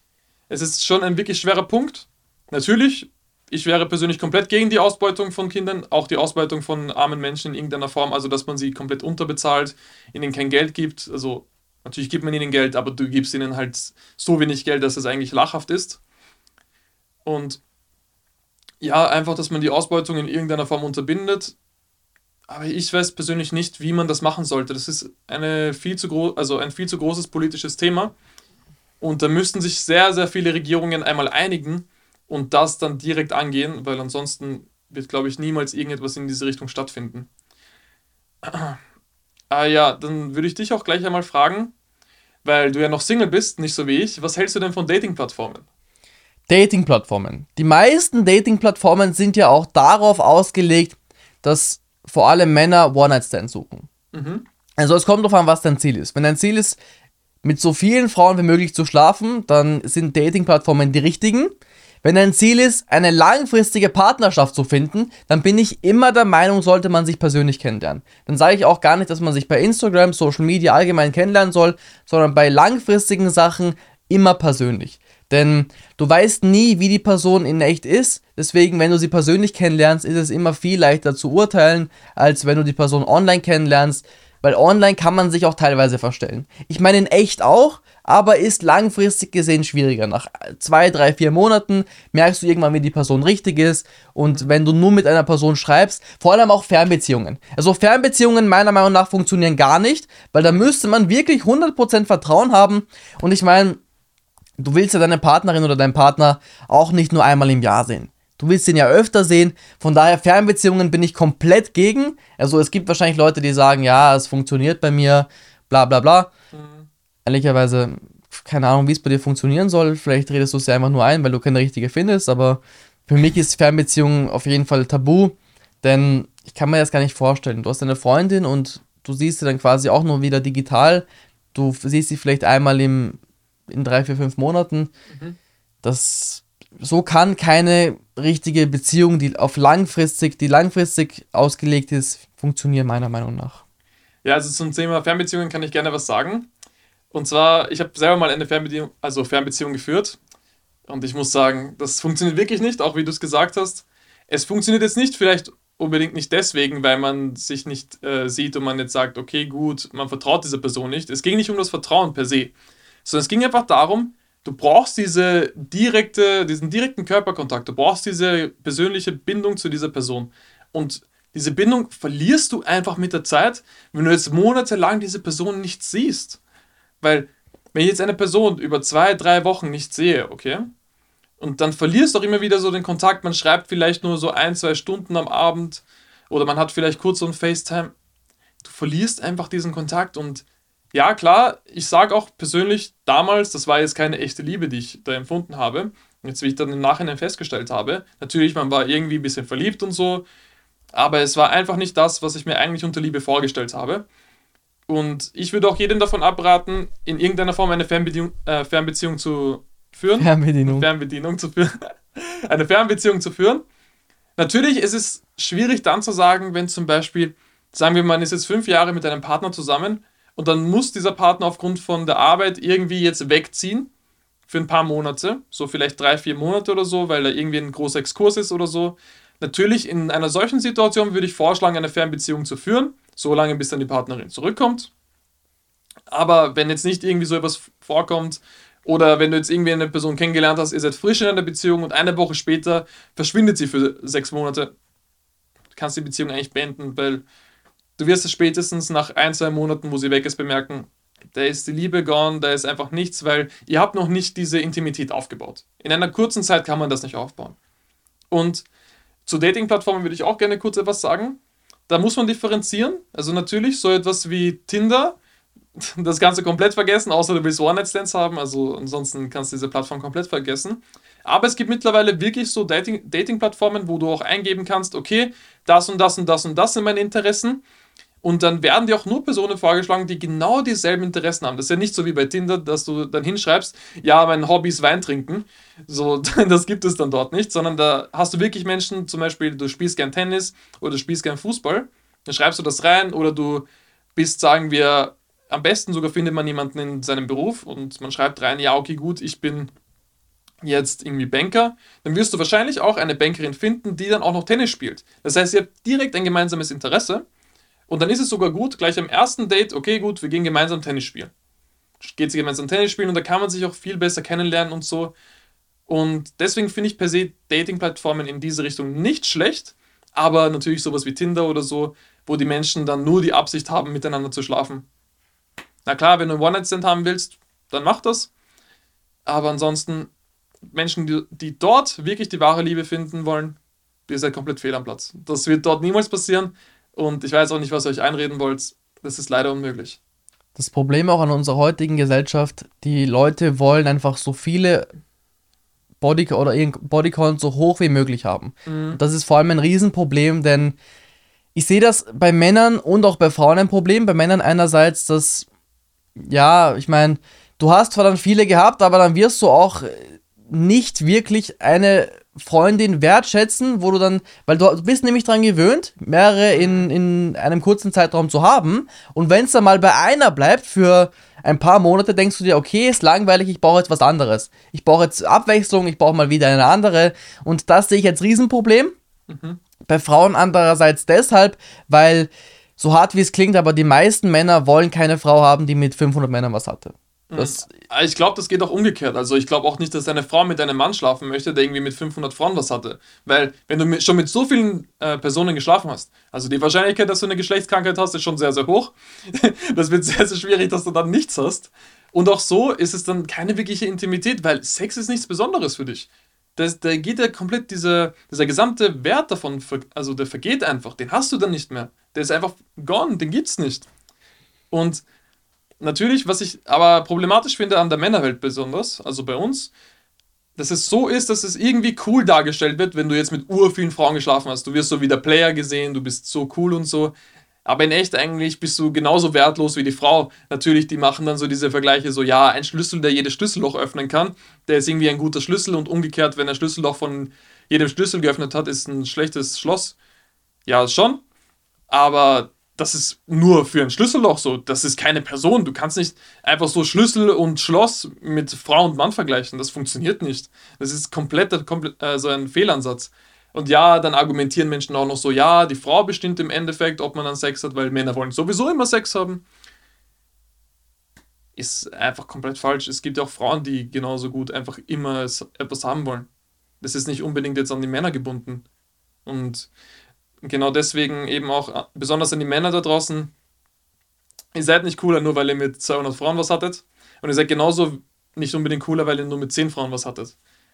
Es ist schon ein wirklich schwerer Punkt. Natürlich, ich wäre persönlich komplett gegen die Ausbeutung von Kindern, auch die Ausbeutung von armen Menschen in irgendeiner Form, also dass man sie komplett unterbezahlt, ihnen kein Geld gibt. Also natürlich gibt man ihnen Geld, aber du gibst ihnen halt so wenig Geld, dass es eigentlich lachhaft ist. Und ja, einfach, dass man die Ausbeutung in irgendeiner Form unterbindet. Aber ich weiß persönlich nicht, wie man das machen sollte. Das ist ein viel zu großes politisches Thema. Und da müssten sich sehr, sehr viele Regierungen einmal einigen und das dann direkt angehen, weil ansonsten wird, glaube ich, niemals irgendetwas in diese Richtung stattfinden. Ja, dann würde ich dich auch gleich einmal fragen, weil du ja noch Single bist, nicht so wie ich. Was hältst du denn von Dating-Plattformen? Dating-Plattformen. Die meisten Dating-Plattformen sind ja auch darauf ausgelegt, dass vor allem Männer One-Night-Stands suchen. Mhm. Also es kommt darauf an, was dein Ziel ist. Wenn dein Ziel ist, mit so vielen Frauen wie möglich zu schlafen, dann sind Dating-Plattformen die richtigen. Wenn dein Ziel ist, eine langfristige Partnerschaft zu finden, dann bin ich immer der Meinung, sollte man sich persönlich kennenlernen. Dann sage ich auch gar nicht, dass man sich bei Instagram, Social Media allgemein kennenlernen soll, sondern bei langfristigen Sachen immer persönlich. Denn du weißt nie, wie die Person in echt ist. Deswegen, wenn du sie persönlich kennenlernst, ist es immer viel leichter zu urteilen, als wenn du die Person online kennenlernst. Weil online kann man sich auch teilweise verstellen. Ich meine in echt auch, aber ist langfristig gesehen schwieriger. Nach 2, 3, 4 Monaten merkst du irgendwann, wie die Person richtig ist. Und wenn du nur mit einer Person schreibst, vor allem auch Fernbeziehungen. Also Fernbeziehungen meiner Meinung nach funktionieren gar nicht, weil da müsste man wirklich 100% Vertrauen haben. Und ich meine, du willst ja deine Partnerin oder deinen Partner auch nicht nur einmal im Jahr sehen. Du willst ihn ja öfter sehen, von daher Fernbeziehungen bin ich komplett gegen. Also es gibt wahrscheinlich Leute, die sagen, ja, es funktioniert bei mir, bla bla bla. Ehrlicherweise, keine Ahnung, wie es bei dir funktionieren soll. Vielleicht redest du es ja einfach nur ein, weil du keine richtige findest, aber für mich ist Fernbeziehung auf jeden Fall tabu, denn ich kann mir das gar nicht vorstellen. Du hast eine Freundin und du siehst sie dann quasi auch nur wieder digital. Du siehst sie vielleicht einmal in 3, 4, 5 Monaten. Das so kann keine richtige Beziehung, die langfristig ausgelegt ist, funktionieren, meiner Meinung nach. Ja, also zum Thema Fernbeziehungen kann ich gerne was sagen. Und zwar, ich habe selber mal eine Fernbeziehung geführt. Und ich muss sagen, das funktioniert wirklich nicht, auch wie du es gesagt hast. Es funktioniert jetzt nicht, vielleicht unbedingt nicht deswegen, weil man sich nicht sieht und man jetzt sagt, okay, gut, man vertraut dieser Person nicht. Es ging nicht um das Vertrauen per se, sondern es ging einfach darum, du brauchst diesen direkten Körperkontakt, du brauchst diese persönliche Bindung zu dieser Person. Und diese Bindung verlierst du einfach mit der Zeit, wenn du jetzt monatelang diese Person nicht siehst. Weil, wenn ich jetzt eine Person über 2, 3 Wochen nicht sehe, okay, und dann verlierst du auch immer wieder so den Kontakt, man schreibt vielleicht nur so 1, 2 Stunden am Abend oder man hat vielleicht kurz so ein FaceTime, du verlierst einfach diesen Kontakt und ja, klar, ich sage auch persönlich, damals, das war jetzt keine echte Liebe, die ich da empfunden habe, jetzt wie ich dann im Nachhinein festgestellt habe, natürlich, man war irgendwie ein bisschen verliebt und so, aber es war einfach nicht das, was ich mir eigentlich unter Liebe vorgestellt habe. Und ich würde auch jedem davon abraten, in irgendeiner Form eine Fernbeziehung zu führen. Fernbedienung zu führen. Eine Fernbeziehung zu führen. Natürlich ist es schwierig dann zu sagen, wenn zum Beispiel, sagen wir, man ist jetzt 5 Jahre mit einem Partner zusammen und dann muss dieser Partner aufgrund von der Arbeit irgendwie jetzt wegziehen für ein paar Monate, so vielleicht 3, 4 Monate oder so, weil da irgendwie ein großer Exkurs ist oder so. Natürlich, in einer solchen Situation würde ich vorschlagen, eine Fernbeziehung zu führen, so lange bis dann die Partnerin zurückkommt. Aber wenn jetzt nicht irgendwie so etwas vorkommt oder wenn du jetzt irgendwie eine Person kennengelernt hast, ihr seid frisch in einer Beziehung und eine Woche später verschwindet sie für 6 Monate, du kannst die Beziehung eigentlich beenden, weil du wirst es spätestens nach 1, 2 Monaten, wo sie weg ist, bemerken, da ist die Liebe gone, da ist einfach nichts, weil ihr habt noch nicht diese Intimität aufgebaut. In einer kurzen Zeit kann man das nicht aufbauen. Und zu Dating-Plattformen würde ich auch gerne kurz etwas sagen. Da muss man differenzieren. Also natürlich so etwas wie Tinder, das Ganze komplett vergessen, außer du willst One-Night-Stands haben. Also ansonsten kannst du diese Plattform komplett vergessen. Aber es gibt mittlerweile wirklich so Dating-Plattformen, wo du auch eingeben kannst, okay, das und das und das und das sind meine Interessen. Und dann werden dir auch nur Personen vorgeschlagen, die genau dieselben Interessen haben. Das ist ja nicht so wie bei Tinder, dass du dann hinschreibst, ja, mein Hobby ist Wein trinken. So, das gibt es dann dort nicht, sondern da hast du wirklich Menschen, zum Beispiel, du spielst gern Tennis oder du spielst gern Fußball. Dann schreibst du das rein oder du bist, sagen wir, am besten sogar findet man jemanden in seinem Beruf und man schreibt rein, ja, okay, gut, ich bin jetzt irgendwie Banker. Dann wirst du wahrscheinlich auch eine Bankerin finden, die dann auch noch Tennis spielt. Das heißt, ihr habt direkt ein gemeinsames Interesse. Und dann ist es sogar gut, gleich am ersten Date, okay, gut, wir gehen gemeinsam Tennis spielen. Geht sie gemeinsam Tennis spielen und da kann man sich auch viel besser kennenlernen und so. Und deswegen finde ich per se Dating-Plattformen in diese Richtung nicht schlecht, aber natürlich sowas wie Tinder oder so, wo die Menschen dann nur die Absicht haben, miteinander zu schlafen. Na klar, wenn du einen One-Night-Stand haben willst, dann mach das. Aber ansonsten, Menschen, die dort wirklich die wahre Liebe finden wollen, ihr seid komplett fehl am Platz. Das wird dort niemals passieren. Und ich weiß auch nicht, was ihr euch einreden wollt. Das ist leider unmöglich. Das Problem auch an unserer heutigen Gesellschaft, die Leute wollen einfach so viele Bodycount so hoch wie möglich haben. Und das ist vor allem ein Riesenproblem, denn ich sehe das bei Männern und auch bei Frauen ein Problem. Bei Männern einerseits, dass, ja, ich meine, du hast zwar dann viele gehabt, aber dann wirst du auch nicht wirklich eine Freundin wertschätzen, wo du dann, weil du bist nämlich dran gewöhnt, mehrere in einem kurzen Zeitraum zu haben und wenn es dann mal bei einer bleibt für ein paar Monate, denkst du dir, okay, ist langweilig, ich brauche jetzt was anderes. Ich brauche jetzt Abwechslung, ich brauche mal wieder eine andere und das sehe ich als Riesenproblem. Bei Frauen andererseits deshalb, weil so hart wie es klingt, aber die meisten Männer wollen keine Frau haben, die mit 500 Männern was hatte. Ich glaube, das geht auch umgekehrt. Also ich glaube auch nicht, dass eine Frau mit einem Mann schlafen möchte, der irgendwie mit 500 Frauen was hatte. Weil wenn du schon mit so vielen Personen geschlafen hast, also die Wahrscheinlichkeit, dass du eine Geschlechtskrankheit hast, ist schon sehr, sehr hoch. Das wird sehr, sehr schwierig, dass du dann nichts hast. Und auch so ist es dann keine wirkliche Intimität, weil Sex ist nichts Besonderes für dich. Da geht ja komplett dieser gesamte Wert davon, also der vergeht einfach. Den hast du dann nicht mehr. Der ist einfach gone, den gibt's nicht. Und natürlich, was ich aber problematisch finde an der Männerwelt besonders, also bei uns, dass es so ist, dass es irgendwie cool dargestellt wird, wenn du jetzt mit urvielen Frauen geschlafen hast. Du wirst so wie der Player gesehen, du bist so cool und so. Aber in echt eigentlich bist du genauso wertlos wie die Frau. Natürlich, die machen dann so diese Vergleiche, so ja, ein Schlüssel, der jedes Schlüsselloch öffnen kann, der ist irgendwie ein guter Schlüssel und umgekehrt, wenn ein Schlüsselloch von jedem Schlüssel geöffnet hat, ist ein schlechtes Schloss. Ja, schon, aber das ist nur für ein Schlüsselloch so. Das ist keine Person. Du kannst nicht einfach so Schlüssel und Schloss mit Frau und Mann vergleichen. Das funktioniert nicht. Das ist komplett so ein Fehlansatz. Und ja, dann argumentieren Menschen auch noch so, ja, die Frau bestimmt im Endeffekt, ob man dann Sex hat, weil Männer wollen sowieso immer Sex haben. Ist einfach komplett falsch. Es gibt ja auch Frauen, die genauso gut einfach immer etwas haben wollen. Das ist nicht unbedingt jetzt an die Männer gebunden. Und genau deswegen eben auch, besonders an die Männer da draußen, ihr seid nicht cooler, nur weil ihr mit 200 Frauen was hattet. Und ihr seid genauso nicht unbedingt cooler, weil ihr nur mit 10 Frauen was hattet.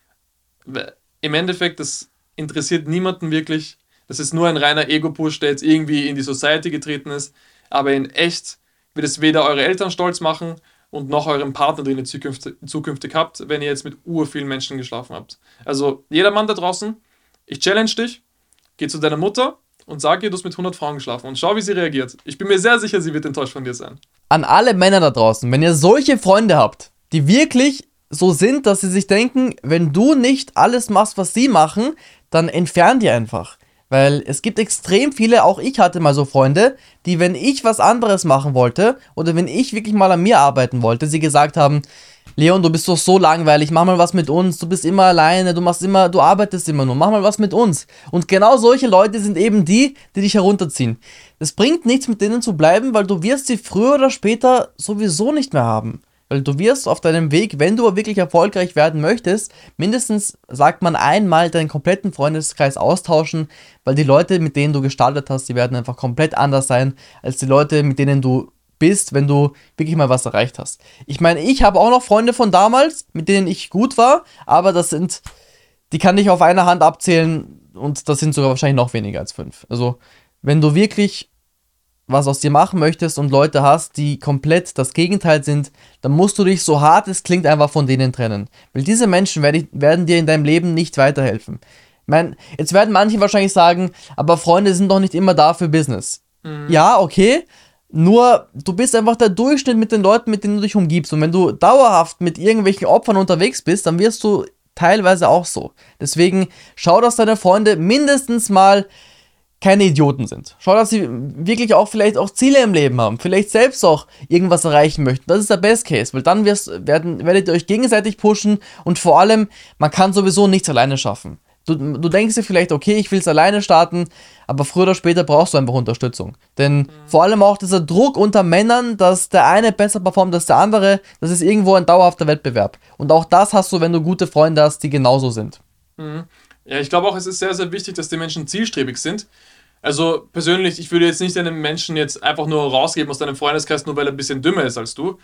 Im Endeffekt, das interessiert niemanden wirklich. Das ist nur ein reiner Ego-Push, der jetzt irgendwie in die Society getreten ist. Aber in echt wird es weder eure Eltern stolz machen und noch euren Partner, den ihr zukünftig habt, wenn ihr jetzt mit urvielen Menschen geschlafen habt. Also jeder Mann da draußen, ich challenge dich, geh zu deiner Mutter und sag ihr, du hast mit 100 Frauen geschlafen und schau, wie sie reagiert. Ich bin mir sehr sicher, sie wird enttäuscht von dir sein. An alle Männer da draußen, wenn ihr solche Freunde habt, die wirklich so sind, dass sie sich denken, wenn du nicht alles machst, was sie machen, dann entfern die einfach. Weil es gibt extrem viele, auch ich hatte mal so Freunde, die, wenn ich was anderes machen wollte oder wenn ich wirklich mal an mir arbeiten wollte, sie gesagt haben, Leon, du bist doch so langweilig, mach mal was mit uns, du bist immer alleine, du arbeitest immer nur, mach mal was mit uns. Und genau solche Leute sind eben die dich herunterziehen. Es bringt nichts, mit denen zu bleiben, weil du wirst sie früher oder später sowieso nicht mehr haben. Weil du wirst auf deinem Weg, wenn du wirklich erfolgreich werden möchtest, mindestens, sagt man, einmal deinen kompletten Freundeskreis austauschen, weil die Leute, mit denen du gestartet hast, die werden einfach komplett anders sein, als die Leute, mit denen du bist, wenn du wirklich mal was erreicht hast. Ich meine, ich habe auch noch Freunde von damals, mit denen ich gut war, aber die kann ich auf einer Hand abzählen und das sind sogar wahrscheinlich noch weniger als 5. Also, wenn du wirklich was aus dir machen möchtest und Leute hast, die komplett das Gegenteil sind, dann musst du dich, so hart es klingt, einfach von denen trennen. Weil diese Menschen werden dir in deinem Leben nicht weiterhelfen. Ich meine, jetzt werden manche wahrscheinlich sagen, aber Freunde sind doch nicht immer da für Business. Ja, okay, nur du bist einfach der Durchschnitt mit den Leuten, mit denen du dich umgibst. Und wenn du dauerhaft mit irgendwelchen Opfern unterwegs bist, dann wirst du teilweise auch so. Deswegen schau, dass deine Freunde mindestens mal keine Idioten sind. Schau, dass sie wirklich auch vielleicht auch Ziele im Leben haben. Vielleicht selbst auch irgendwas erreichen möchten. Das ist der Best Case, weil dann werdet ihr euch gegenseitig pushen und vor allem, man kann sowieso nichts alleine schaffen. Du denkst dir vielleicht, okay, ich will es alleine starten, aber früher oder später brauchst du einfach Unterstützung. Denn vor allem auch dieser Druck unter Männern, dass der eine besser performt als der andere, das ist irgendwo ein dauerhafter Wettbewerb. Und auch das hast du, wenn du gute Freunde hast, die genauso sind. Ja, ich glaube auch, es ist sehr, sehr wichtig, dass die Menschen zielstrebig sind. Also persönlich, ich würde jetzt nicht einem Menschen jetzt einfach nur rausgeben aus deinem Freundeskreis, nur weil er ein bisschen dümmer ist als du.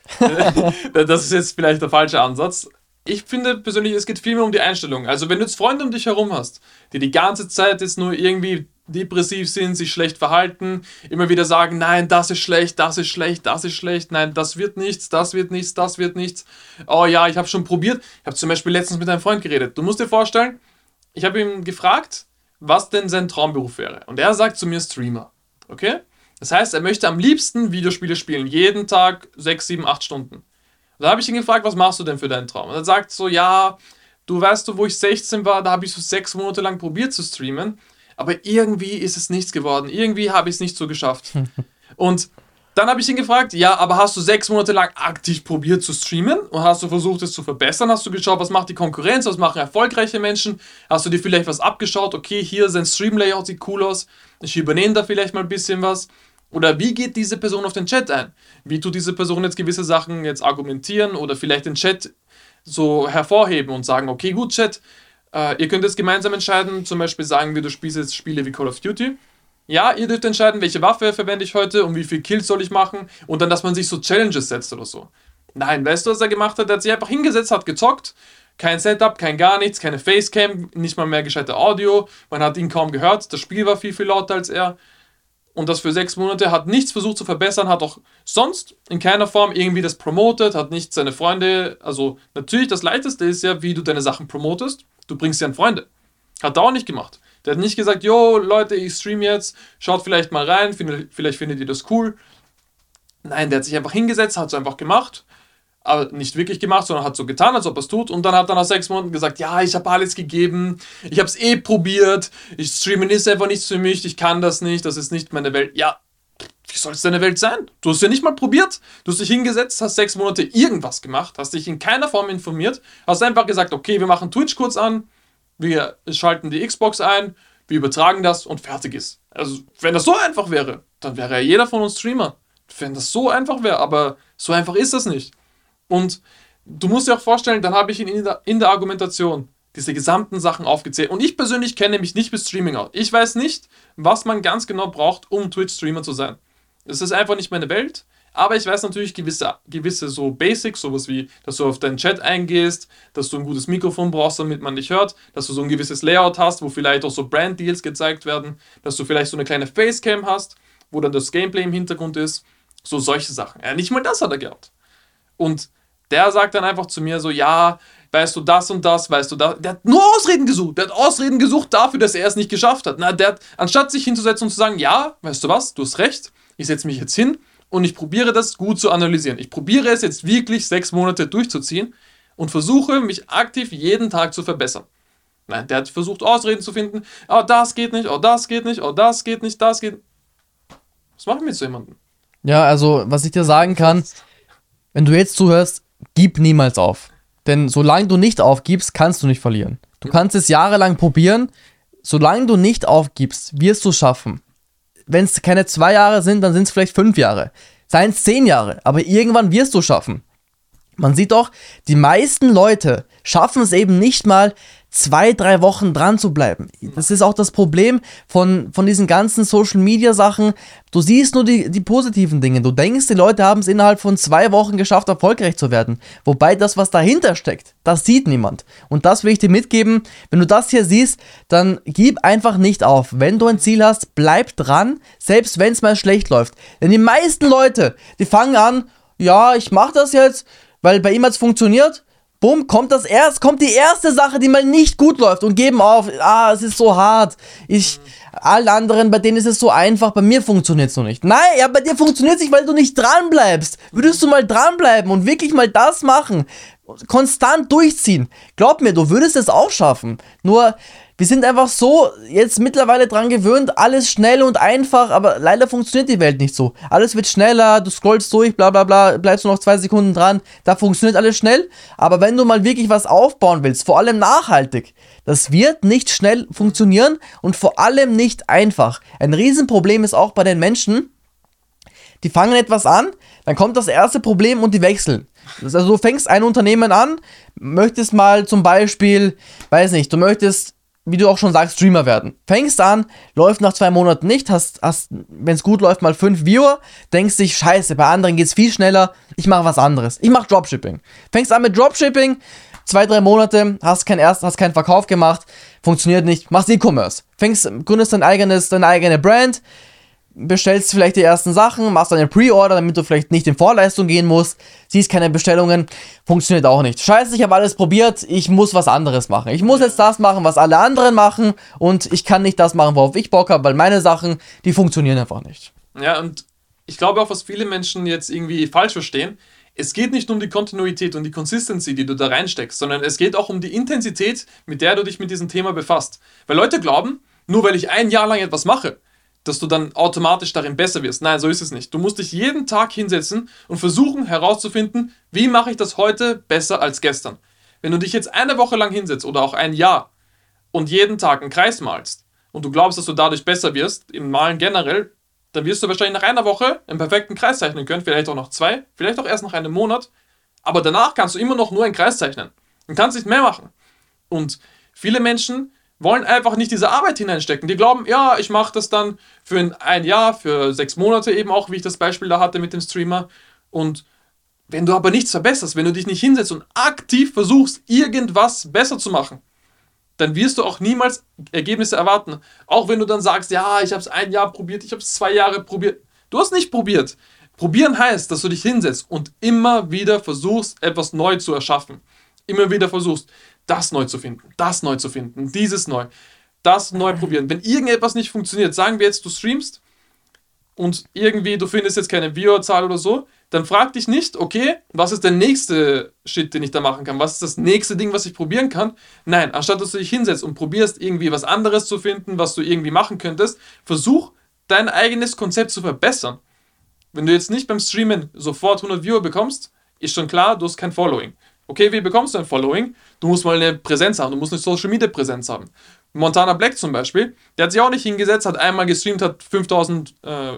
Das ist jetzt vielleicht der falsche Ansatz. Ich finde persönlich, es geht viel mehr um die Einstellung. Also wenn du jetzt Freunde um dich herum hast, die ganze Zeit jetzt nur irgendwie depressiv sind, sich schlecht verhalten, immer wieder sagen, nein, das ist schlecht, das ist schlecht, das ist schlecht, nein, das wird nichts, das wird nichts, das wird nichts. Oh ja, ich habe schon probiert. Ich habe zum Beispiel letztens mit einem Freund geredet. Du musst dir vorstellen, ich habe ihn gefragt, was denn sein Traumberuf wäre. Und er sagt zu mir Streamer. Okay? Das heißt, er möchte am liebsten Videospiele spielen. Jeden Tag 6, 7, 8 Stunden. Und da habe ich ihn gefragt, was machst du denn für deinen Traum? Und er sagt so, ja, du weißt du, wo ich 16 war, da habe ich so 6 Monate lang probiert zu streamen. Aber irgendwie ist es nichts geworden. Irgendwie habe ich es nicht so geschafft. Und dann habe ich ihn gefragt, ja, aber hast du 6 Monate lang aktiv probiert zu streamen? Und hast du versucht, es zu verbessern? Hast du geschaut, was macht die Konkurrenz? Was machen erfolgreiche Menschen? Hast du dir vielleicht was abgeschaut? Okay, hier sein Stream-Layout sieht cool aus. Ich übernehme da vielleicht mal ein bisschen was. Oder wie geht diese Person auf den Chat ein? Wie tut diese Person jetzt gewisse Sachen jetzt argumentieren oder vielleicht den Chat so hervorheben und sagen, okay, gut, Chat, ihr könnt jetzt gemeinsam entscheiden, zum Beispiel sagen wir, du spielst jetzt Spiele wie Call of Duty. Ja, ihr dürft entscheiden, welche Waffe verwende ich heute und wie viel Kills soll ich machen und dann, dass man sich so Challenges setzt oder so. Nein, weißt du, was er gemacht hat? Er hat sich einfach hingesetzt, hat gezockt, kein Setup, kein gar nichts, keine Facecam, nicht mal mehr gescheite Audio, man hat ihn kaum gehört, das Spiel war viel, viel lauter als er und das für 6 Monate, hat nichts versucht zu verbessern, hat auch sonst in keiner Form irgendwie das promotet, hat nicht seine Freunde, also natürlich das Leichteste ist ja, wie du deine Sachen promotest, du bringst sie an Freunde. Hat er auch nicht gemacht. Der hat nicht gesagt, yo, Leute, ich stream jetzt, schaut vielleicht mal rein, vielleicht findet ihr das cool. Nein, der hat sich einfach hingesetzt, hat es einfach gemacht. Aber nicht wirklich gemacht, sondern hat so getan, als ob er es tut. Und dann hat er nach 6 Monaten gesagt, ja, ich habe alles gegeben, ich habe es probiert, Streamen ist einfach nichts für mich, ich kann das nicht, das ist nicht meine Welt. Ja, wie soll es deine Welt sein? Du hast ja nicht mal probiert. Du hast dich hingesetzt, hast 6 Monate irgendwas gemacht, hast dich in keiner Form informiert, hast einfach gesagt, okay, wir machen Twitch kurz an, wir schalten die Xbox ein, wir übertragen das und fertig ist. Also, wenn das so einfach wäre, dann wäre ja jeder von uns Streamer. Wenn das so einfach wäre, aber so einfach ist das nicht. Und du musst dir auch vorstellen, dann habe ich in der Argumentation diese gesamten Sachen aufgezählt. Und ich persönlich kenne mich nicht mit Streaming aus. Ich weiß nicht, was man ganz genau braucht, um Twitch-Streamer zu sein. Es ist einfach nicht meine Welt. Aber ich weiß natürlich gewisse so Basics, sowas wie, dass du auf deinen Chat eingehst, dass du ein gutes Mikrofon brauchst, damit man dich hört, dass du so ein gewisses Layout hast, wo vielleicht auch so Brand-Deals gezeigt werden, dass du vielleicht so eine kleine Facecam hast, wo dann das Gameplay im Hintergrund ist. So solche Sachen. Ja, nicht mal das hat er gehabt. Und der sagt dann einfach zu mir so, ja, weißt du das und das, weißt du das. Der hat nur Ausreden gesucht. Der hat Ausreden gesucht dafür, dass er es nicht geschafft hat. Na, der hat, anstatt sich hinzusetzen und zu sagen, ja, weißt du was, du hast recht, ich setze mich jetzt hin und ich probiere das gut zu analysieren. Ich probiere es jetzt wirklich 6 Monate durchzuziehen und versuche, mich aktiv jeden Tag zu verbessern. Nein, der hat versucht, Ausreden zu finden. Oh, das geht nicht, oh, das geht nicht, oh, das geht nicht, das geht. Was machen wir mit so jemandem? Ja, also, was ich dir sagen kann, wenn du jetzt zuhörst, gib niemals auf. Denn solange du nicht aufgibst, kannst du nicht verlieren. Du kannst es jahrelang probieren. Solange du nicht aufgibst, wirst du es schaffen. Wenn es keine 2 Jahre sind, dann sind es vielleicht 5 Jahre. Seien es 10 Jahre. Aber irgendwann wirst du es schaffen. Man sieht doch, die meisten Leute schaffen es eben nicht mal, 2-3 Wochen dran zu bleiben. Das ist auch das Problem von diesen ganzen Social-Media-Sachen. Du siehst nur die positiven Dinge. Du denkst, die Leute haben es innerhalb von 2 Wochen geschafft, erfolgreich zu werden. Wobei das, was dahinter steckt, das sieht niemand. Und das will ich dir mitgeben. Wenn du das hier siehst, dann gib einfach nicht auf. Wenn du ein Ziel hast, bleib dran, selbst wenn es mal schlecht läuft. Denn die meisten Leute, die fangen an, ja, ich mach das jetzt, weil bei ihm hat es funktioniert. Bumm, kommt die erste Sache, die mal nicht gut läuft und geben auf. Ah, es ist so hart. Alle anderen, bei denen ist es so einfach, bei mir funktioniert es noch nicht. Nein, ja, bei dir funktioniert es nicht, weil du nicht dran bleibst. Würdest du mal dranbleiben und wirklich mal das machen, konstant durchziehen, glaub mir, du würdest es auch schaffen. Nur, wir sind einfach so jetzt mittlerweile dran gewöhnt, alles schnell und einfach, aber leider funktioniert die Welt nicht so. Alles wird schneller, du scrollst durch, bla bla bla, bleibst du noch 2 Sekunden dran, da funktioniert alles schnell. Aber wenn du mal wirklich was aufbauen willst, vor allem nachhaltig, das wird nicht schnell funktionieren und vor allem nicht einfach. Ein Riesenproblem ist auch bei den Menschen, die fangen etwas an, dann kommt das erste Problem und die wechseln. Also du fängst ein Unternehmen an, möchtest mal zum Beispiel, weiß nicht, du möchtest, wie du auch schon sagst, Streamer werden. Fängst an, läuft nach 2 Monaten nicht, hast wenn es gut läuft, mal 5 Viewer, denkst dich, scheiße, bei anderen geht's viel schneller, ich mache was anderes. Ich mache Dropshipping. Fängst an mit Dropshipping, 2-3 Monate, hast keinen Verkauf gemacht, funktioniert nicht, machst E-Commerce. Gründest deine eigene Brand, bestellst vielleicht die ersten Sachen, machst eine Pre-Order, damit du vielleicht nicht in Vorleistung gehen musst, siehst keine Bestellungen, funktioniert auch nicht. Scheiße, ich habe alles probiert, ich muss was anderes machen. Ich muss jetzt das machen, was alle anderen machen und ich kann nicht das machen, worauf ich Bock habe, weil meine Sachen, die funktionieren einfach nicht. Ja, und ich glaube auch, was viele Menschen jetzt irgendwie falsch verstehen, es geht nicht um die Kontinuität und die Consistency, die du da reinsteckst, sondern es geht auch um die Intensität, mit der du dich mit diesem Thema befasst. Weil Leute glauben, nur weil ich 1 Jahr lang etwas mache, dass du dann automatisch darin besser wirst. Nein, so ist es nicht. Du musst dich jeden Tag hinsetzen und versuchen herauszufinden, wie mache ich das heute besser als gestern. Wenn du dich jetzt 1 Woche lang hinsetzt oder auch 1 Jahr und jeden Tag einen Kreis malst und du glaubst, dass du dadurch besser wirst, im Malen generell, dann wirst du wahrscheinlich nach 1 Woche einen perfekten Kreis zeichnen können, vielleicht auch noch 2, vielleicht auch erst nach einem Monat, aber danach kannst du immer noch nur einen Kreis zeichnen und kannst nicht mehr machen. Und viele Menschen wollen einfach nicht diese Arbeit hineinstecken. Die glauben, ja, ich mache das dann für 1 Jahr, für 6 Monate eben auch, wie ich das Beispiel da hatte mit dem Streamer. Und wenn du aber nichts verbesserst, wenn du dich nicht hinsetzt und aktiv versuchst, irgendwas besser zu machen, dann wirst du auch niemals Ergebnisse erwarten. Auch wenn du dann sagst, ja, ich habe es 1 Jahr probiert, ich habe es 2 Jahre probiert. Du hast nicht probiert. Probieren heißt, dass du dich hinsetzt und immer wieder versuchst, etwas neu zu erschaffen. Immer wieder versuchst, das neu zu finden, dieses neu. das neu probieren. Wenn irgendetwas nicht funktioniert, sagen wir jetzt, du streamst und irgendwie du findest jetzt keine Viewerzahl oder so, dann frag dich nicht, okay, was ist der nächste Shit, den ich da machen kann? Was ist das nächste Ding, was ich probieren kann? Nein, anstatt dass du dich hinsetzt und probierst, irgendwie was anderes zu finden, was du irgendwie machen könntest, versuch, dein eigenes Konzept zu verbessern. Wenn du jetzt nicht beim Streamen sofort 100 Viewer bekommst, ist schon klar, du hast kein Following. Okay, wie bekommst du ein Following? Du musst mal eine Präsenz haben, du musst eine Social Media Präsenz haben. Montana Black zum Beispiel, der hat sich auch nicht hingesetzt, hat einmal gestreamt, hat 5000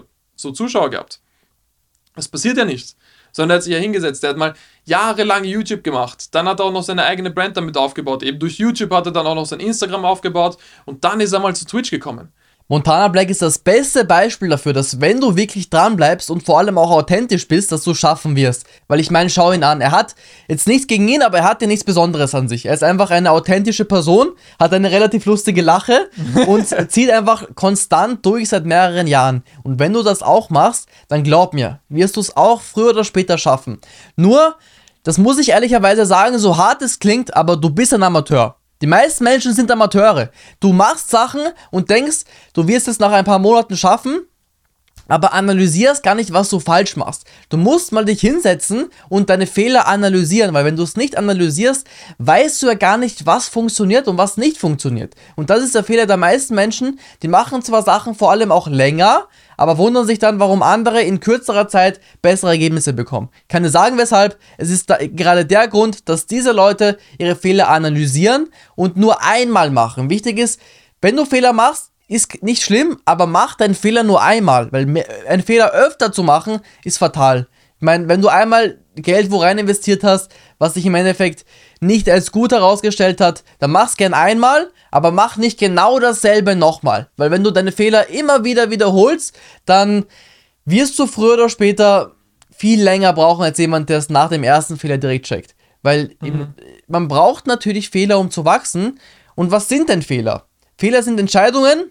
so Zuschauer gehabt. Das passiert ja nicht. Sondern er hat sich ja hingesetzt, der hat mal jahrelang YouTube gemacht. Dann hat er auch noch seine eigene Brand damit aufgebaut. Eben durch YouTube hat er dann auch noch sein Instagram aufgebaut und dann ist er mal zu Twitch gekommen. Montana Black ist das beste Beispiel dafür, dass wenn du wirklich dran bleibst und vor allem auch authentisch bist, dass du schaffen wirst. Weil ich meine, schau ihn an, er hat jetzt nichts gegen ihn, aber er hat ja nichts Besonderes an sich. Er ist einfach eine authentische Person, hat eine relativ lustige Lache und zieht einfach konstant durch seit mehreren Jahren. Und wenn du das auch machst, dann glaub mir, wirst du es auch früher oder später schaffen. Nur, das muss ich ehrlicherweise sagen, so hart es klingt, aber du bist ein Amateur. Die meisten Menschen sind Amateure. Du machst Sachen und denkst, du wirst es nach ein paar Monaten schaffen, aber analysierst gar nicht, was du falsch machst. Du musst mal dich hinsetzen und deine Fehler analysieren, weil wenn du es nicht analysierst, weißt du ja gar nicht, was funktioniert und was nicht funktioniert. Und das ist der Fehler der meisten Menschen, die machen zwar Sachen vor allem auch länger, aber wundern sich dann, warum andere in kürzerer Zeit bessere Ergebnisse bekommen. Ich kann dir sagen, weshalb. Es ist gerade der Grund, dass diese Leute ihre Fehler analysieren und nur einmal machen. Wichtig ist, wenn du Fehler machst, ist nicht schlimm, aber mach deinen Fehler nur einmal, weil einen Fehler öfter zu machen, ist fatal. Ich meine, wenn du einmal Geld wo rein investiert hast, was sich im Endeffekt nicht als gut herausgestellt hat, dann mach's gern einmal, aber mach nicht genau dasselbe nochmal. Weil wenn du deine Fehler immer wieder wiederholst, dann wirst du früher oder später viel länger brauchen als jemand, der es nach dem ersten Fehler direkt checkt. Weil man braucht natürlich Fehler, um zu wachsen. Und was sind denn Fehler? Fehler sind Entscheidungen,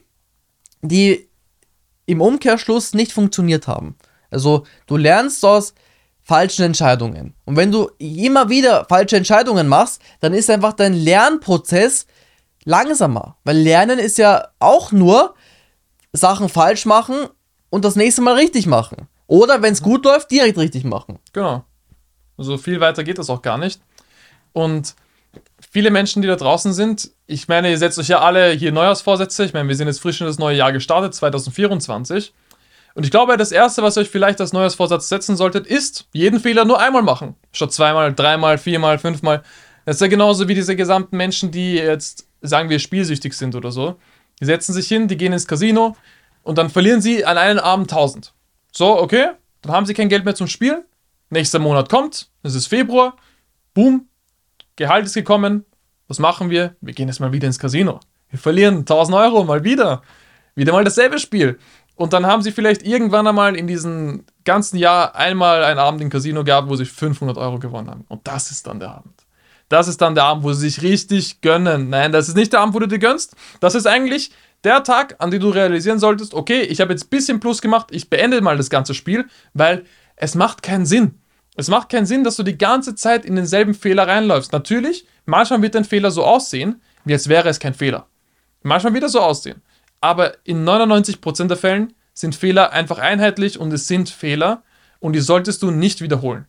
die im Umkehrschluss nicht funktioniert haben. Also du lernst aus falschen Entscheidungen. Und wenn du immer wieder falsche Entscheidungen machst, dann ist einfach dein Lernprozess langsamer. Weil Lernen ist ja auch nur Sachen falsch machen und das nächste Mal richtig machen. Oder wenn es gut läuft, direkt richtig machen. Genau. Also viel weiter geht das auch gar nicht. Und viele Menschen, die da draußen sind, ich meine, ihr setzt euch ja alle hier Neujahrsvorsätze. Ich meine, wir sind jetzt frisch in das neue Jahr gestartet, 2024. Und ich glaube, das Erste, was ihr euch vielleicht als Neujahrsvorsatz setzen solltet, ist, jeden Fehler nur einmal machen. Statt zweimal, dreimal, viermal, fünfmal. Das ist ja genauso wie diese gesamten Menschen, die jetzt, sagen wir, spielsüchtig sind oder so. Die setzen sich hin, die gehen ins Casino und dann verlieren sie an einem Abend 1000. So, okay, dann haben sie kein Geld mehr zum Spielen. Nächster Monat kommt, es ist Februar, boom, Gehalt ist gekommen. Was machen wir? Wir gehen jetzt mal wieder ins Casino. Wir verlieren 1000 Euro mal wieder. Wieder mal dasselbe Spiel. Und dann haben sie vielleicht irgendwann einmal in diesem ganzen Jahr einmal einen Abend im Casino gehabt, wo sie 500 Euro gewonnen haben. Und das ist dann der Abend. Das ist dann der Abend, wo sie sich richtig gönnen. Nein, das ist nicht der Abend, wo du dir gönnst. Das ist eigentlich der Tag, an dem du realisieren solltest, okay, ich habe jetzt ein bisschen Plus gemacht, ich beende mal das ganze Spiel, weil es macht keinen Sinn. Es macht keinen Sinn, dass du die ganze Zeit in denselben Fehler reinläufst. Natürlich, manchmal wird dein Fehler so aussehen, wie als wäre es kein Fehler. Manchmal wird er so aussehen. Aber in 99% der Fällen sind Fehler einfach einheitlich und es sind Fehler und die solltest du nicht wiederholen.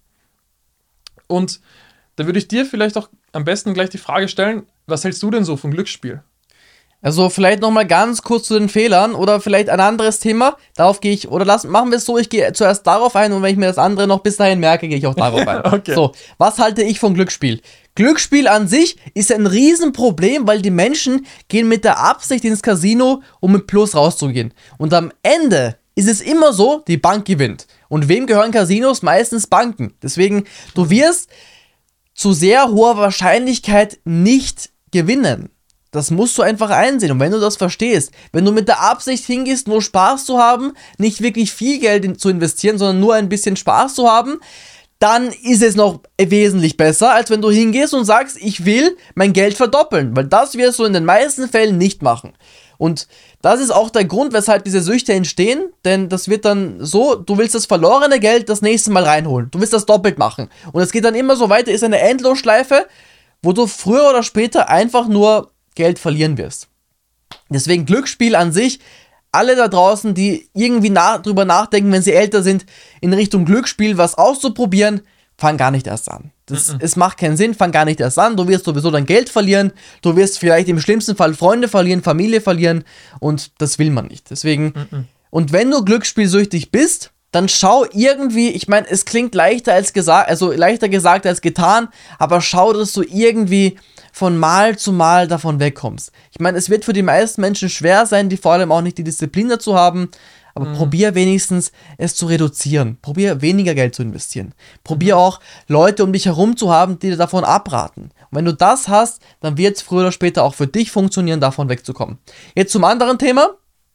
Und da würde ich dir vielleicht auch am besten gleich die Frage stellen, was hältst du denn so vom Glücksspiel? Also vielleicht nochmal ganz kurz zu den Fehlern oder vielleicht ein anderes Thema. Darauf gehe ich, oder machen wir es so, ich gehe zuerst darauf ein und wenn ich mir das andere noch bis dahin merke, gehe ich auch darauf ein. Okay. So, was halte ich vom Glücksspiel? Glücksspiel an sich ist ein Riesenproblem, weil die Menschen gehen mit der Absicht ins Casino, um mit Plus rauszugehen. Und am Ende ist es immer so, die Bank gewinnt. Und wem gehören Casinos? Meistens Banken. Deswegen, du wirst zu sehr hoher Wahrscheinlichkeit nicht gewinnen. Das musst du einfach einsehen. Und wenn du das verstehst, wenn du mit der Absicht hingehst, nur Spaß zu haben, nicht wirklich viel Geld zu investieren, sondern nur ein bisschen Spaß zu haben, dann ist es noch wesentlich besser, als wenn du hingehst und sagst, ich will mein Geld verdoppeln. Weil das wirst du in den meisten Fällen nicht machen. Und das ist auch der Grund, weshalb diese Süchte entstehen, denn das wird dann so, du willst das verlorene Geld das nächste Mal reinholen. Du willst das doppelt machen. Und es geht dann immer so weiter, ist eine Endlosschleife, wo du früher oder später einfach nur Geld verlieren wirst. Deswegen Glücksspiel an sich, alle da draußen, die irgendwie drüber nachdenken, wenn sie älter sind, in Richtung Glücksspiel was auszuprobieren, fang gar nicht erst an. Es macht keinen Sinn, fang gar nicht erst an. Du wirst sowieso dein Geld verlieren, du wirst vielleicht im schlimmsten Fall Freunde verlieren, Familie verlieren und das will man nicht. Deswegen, und wenn du glücksspielsüchtig bist, dann schau irgendwie, ich meine, es klingt leichter gesagt als getan, aber schau, dass du irgendwie von Mal zu Mal davon wegkommst. Ich meine, es wird für die meisten Menschen schwer sein, die vor allem auch nicht die Disziplin dazu haben, aber probier wenigstens es zu reduzieren. Probier weniger Geld zu investieren. Probier auch Leute um dich herum zu haben, die dir davon abraten. Und wenn du das hast, dann wird es früher oder später auch für dich funktionieren, davon wegzukommen. Jetzt zum anderen Thema.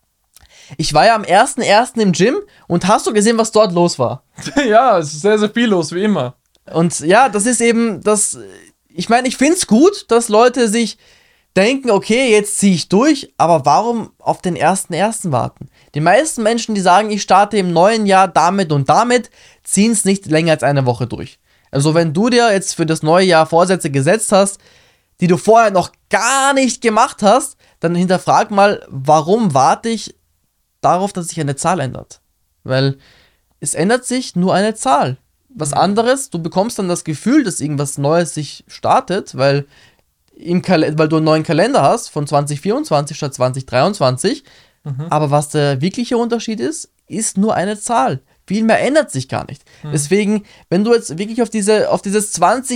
Ich war ja am 1.1. im Gym und hast du gesehen, was dort los war? Ja, es ist sehr, sehr viel los, wie immer. Und ja, das ist eben das. Ich meine, ich finde es gut, dass Leute sich denken, okay, jetzt ziehe ich durch, aber warum auf den 1.1. warten? Die meisten Menschen, die sagen, ich starte im neuen Jahr damit und damit, ziehen es nicht länger als eine Woche durch. Also wenn du dir jetzt für das neue Jahr Vorsätze gesetzt hast, die du vorher noch gar nicht gemacht hast, dann hinterfrag mal, warum warte ich darauf, dass sich eine Zahl ändert? Weil es ändert sich nur eine Zahl. Was anderes, du bekommst dann das Gefühl, dass irgendwas Neues sich startet, weil weil du einen neuen Kalender hast von 2024 statt 2023. Aber was der wirkliche Unterschied ist nur eine Zahl. Viel mehr ändert sich gar nicht. Deswegen, wenn du jetzt wirklich auf dieses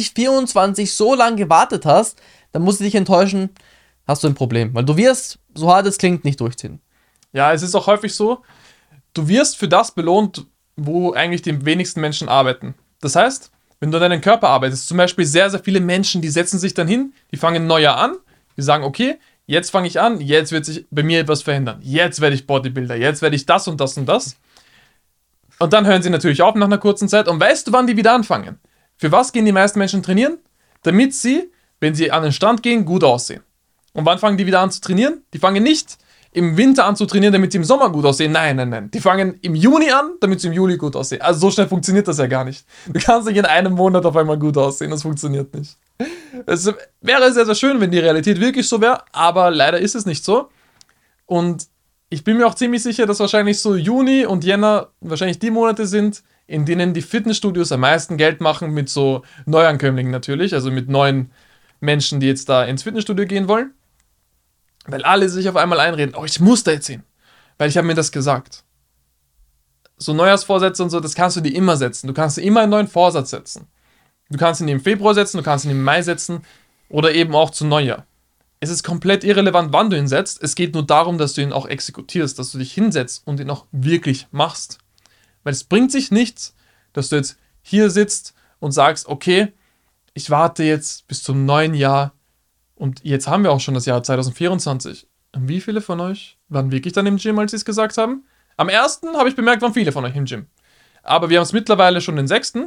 2024 so lange gewartet hast, dann musst du dich enttäuschen, hast du ein Problem. Weil du wirst, so hart es klingt, nicht durchziehen. Ja, es ist auch häufig so, du wirst für das belohnt, wo eigentlich die wenigsten Menschen arbeiten. Das heißt, wenn du an deinem Körper arbeitest, zum Beispiel sehr, sehr viele Menschen, die setzen sich dann hin, die fangen neuer an, die sagen, okay, jetzt fange ich an, jetzt wird sich bei mir etwas verändern, jetzt werde ich Bodybuilder, jetzt werde ich das und das und das. Und dann hören sie natürlich auf nach einer kurzen Zeit und weißt du, wann die wieder anfangen? Für was gehen die meisten Menschen trainieren? Damit sie, wenn sie an den Strand gehen, gut aussehen. Und wann fangen die wieder an zu trainieren? Die fangen nicht im Winter an zu trainieren, damit sie im Sommer gut aussehen. Nein. Die fangen im Juni an, damit sie im Juli gut aussehen. Also so schnell funktioniert das ja gar nicht. Du kannst nicht in einem Monat auf einmal gut aussehen. Das funktioniert nicht. Es wäre sehr, sehr schön, wenn die Realität wirklich so wäre, aber leider ist es nicht so. Und ich bin mir auch ziemlich sicher, dass wahrscheinlich so Juni und Jänner wahrscheinlich die Monate sind, in denen die Fitnessstudios am meisten Geld machen mit so Neuankömmlingen natürlich, also mit neuen Menschen, die jetzt da ins Fitnessstudio gehen wollen. Weil alle sich auf einmal einreden, oh, ich muss da jetzt hin, weil ich habe mir das gesagt. So Neujahrsvorsätze und so, das kannst du dir immer setzen. Du kannst dir immer einen neuen Vorsatz setzen. Du kannst ihn im Februar setzen, du kannst ihn im Mai setzen oder eben auch zu Neujahr. Es ist komplett irrelevant, wann du ihn setzt. Es geht nur darum, dass du ihn auch exekutierst, dass du dich hinsetzt und ihn auch wirklich machst. Weil es bringt sich nichts, dass du jetzt hier sitzt und sagst, okay, ich warte jetzt bis zum neuen Jahr. Und jetzt haben wir auch schon das Jahr 2024. Und wie viele von euch waren wirklich dann im Gym, als sie es gesagt haben? Am 1. habe ich bemerkt, waren viele von euch im Gym. Aber wir haben es mittlerweile schon den 6.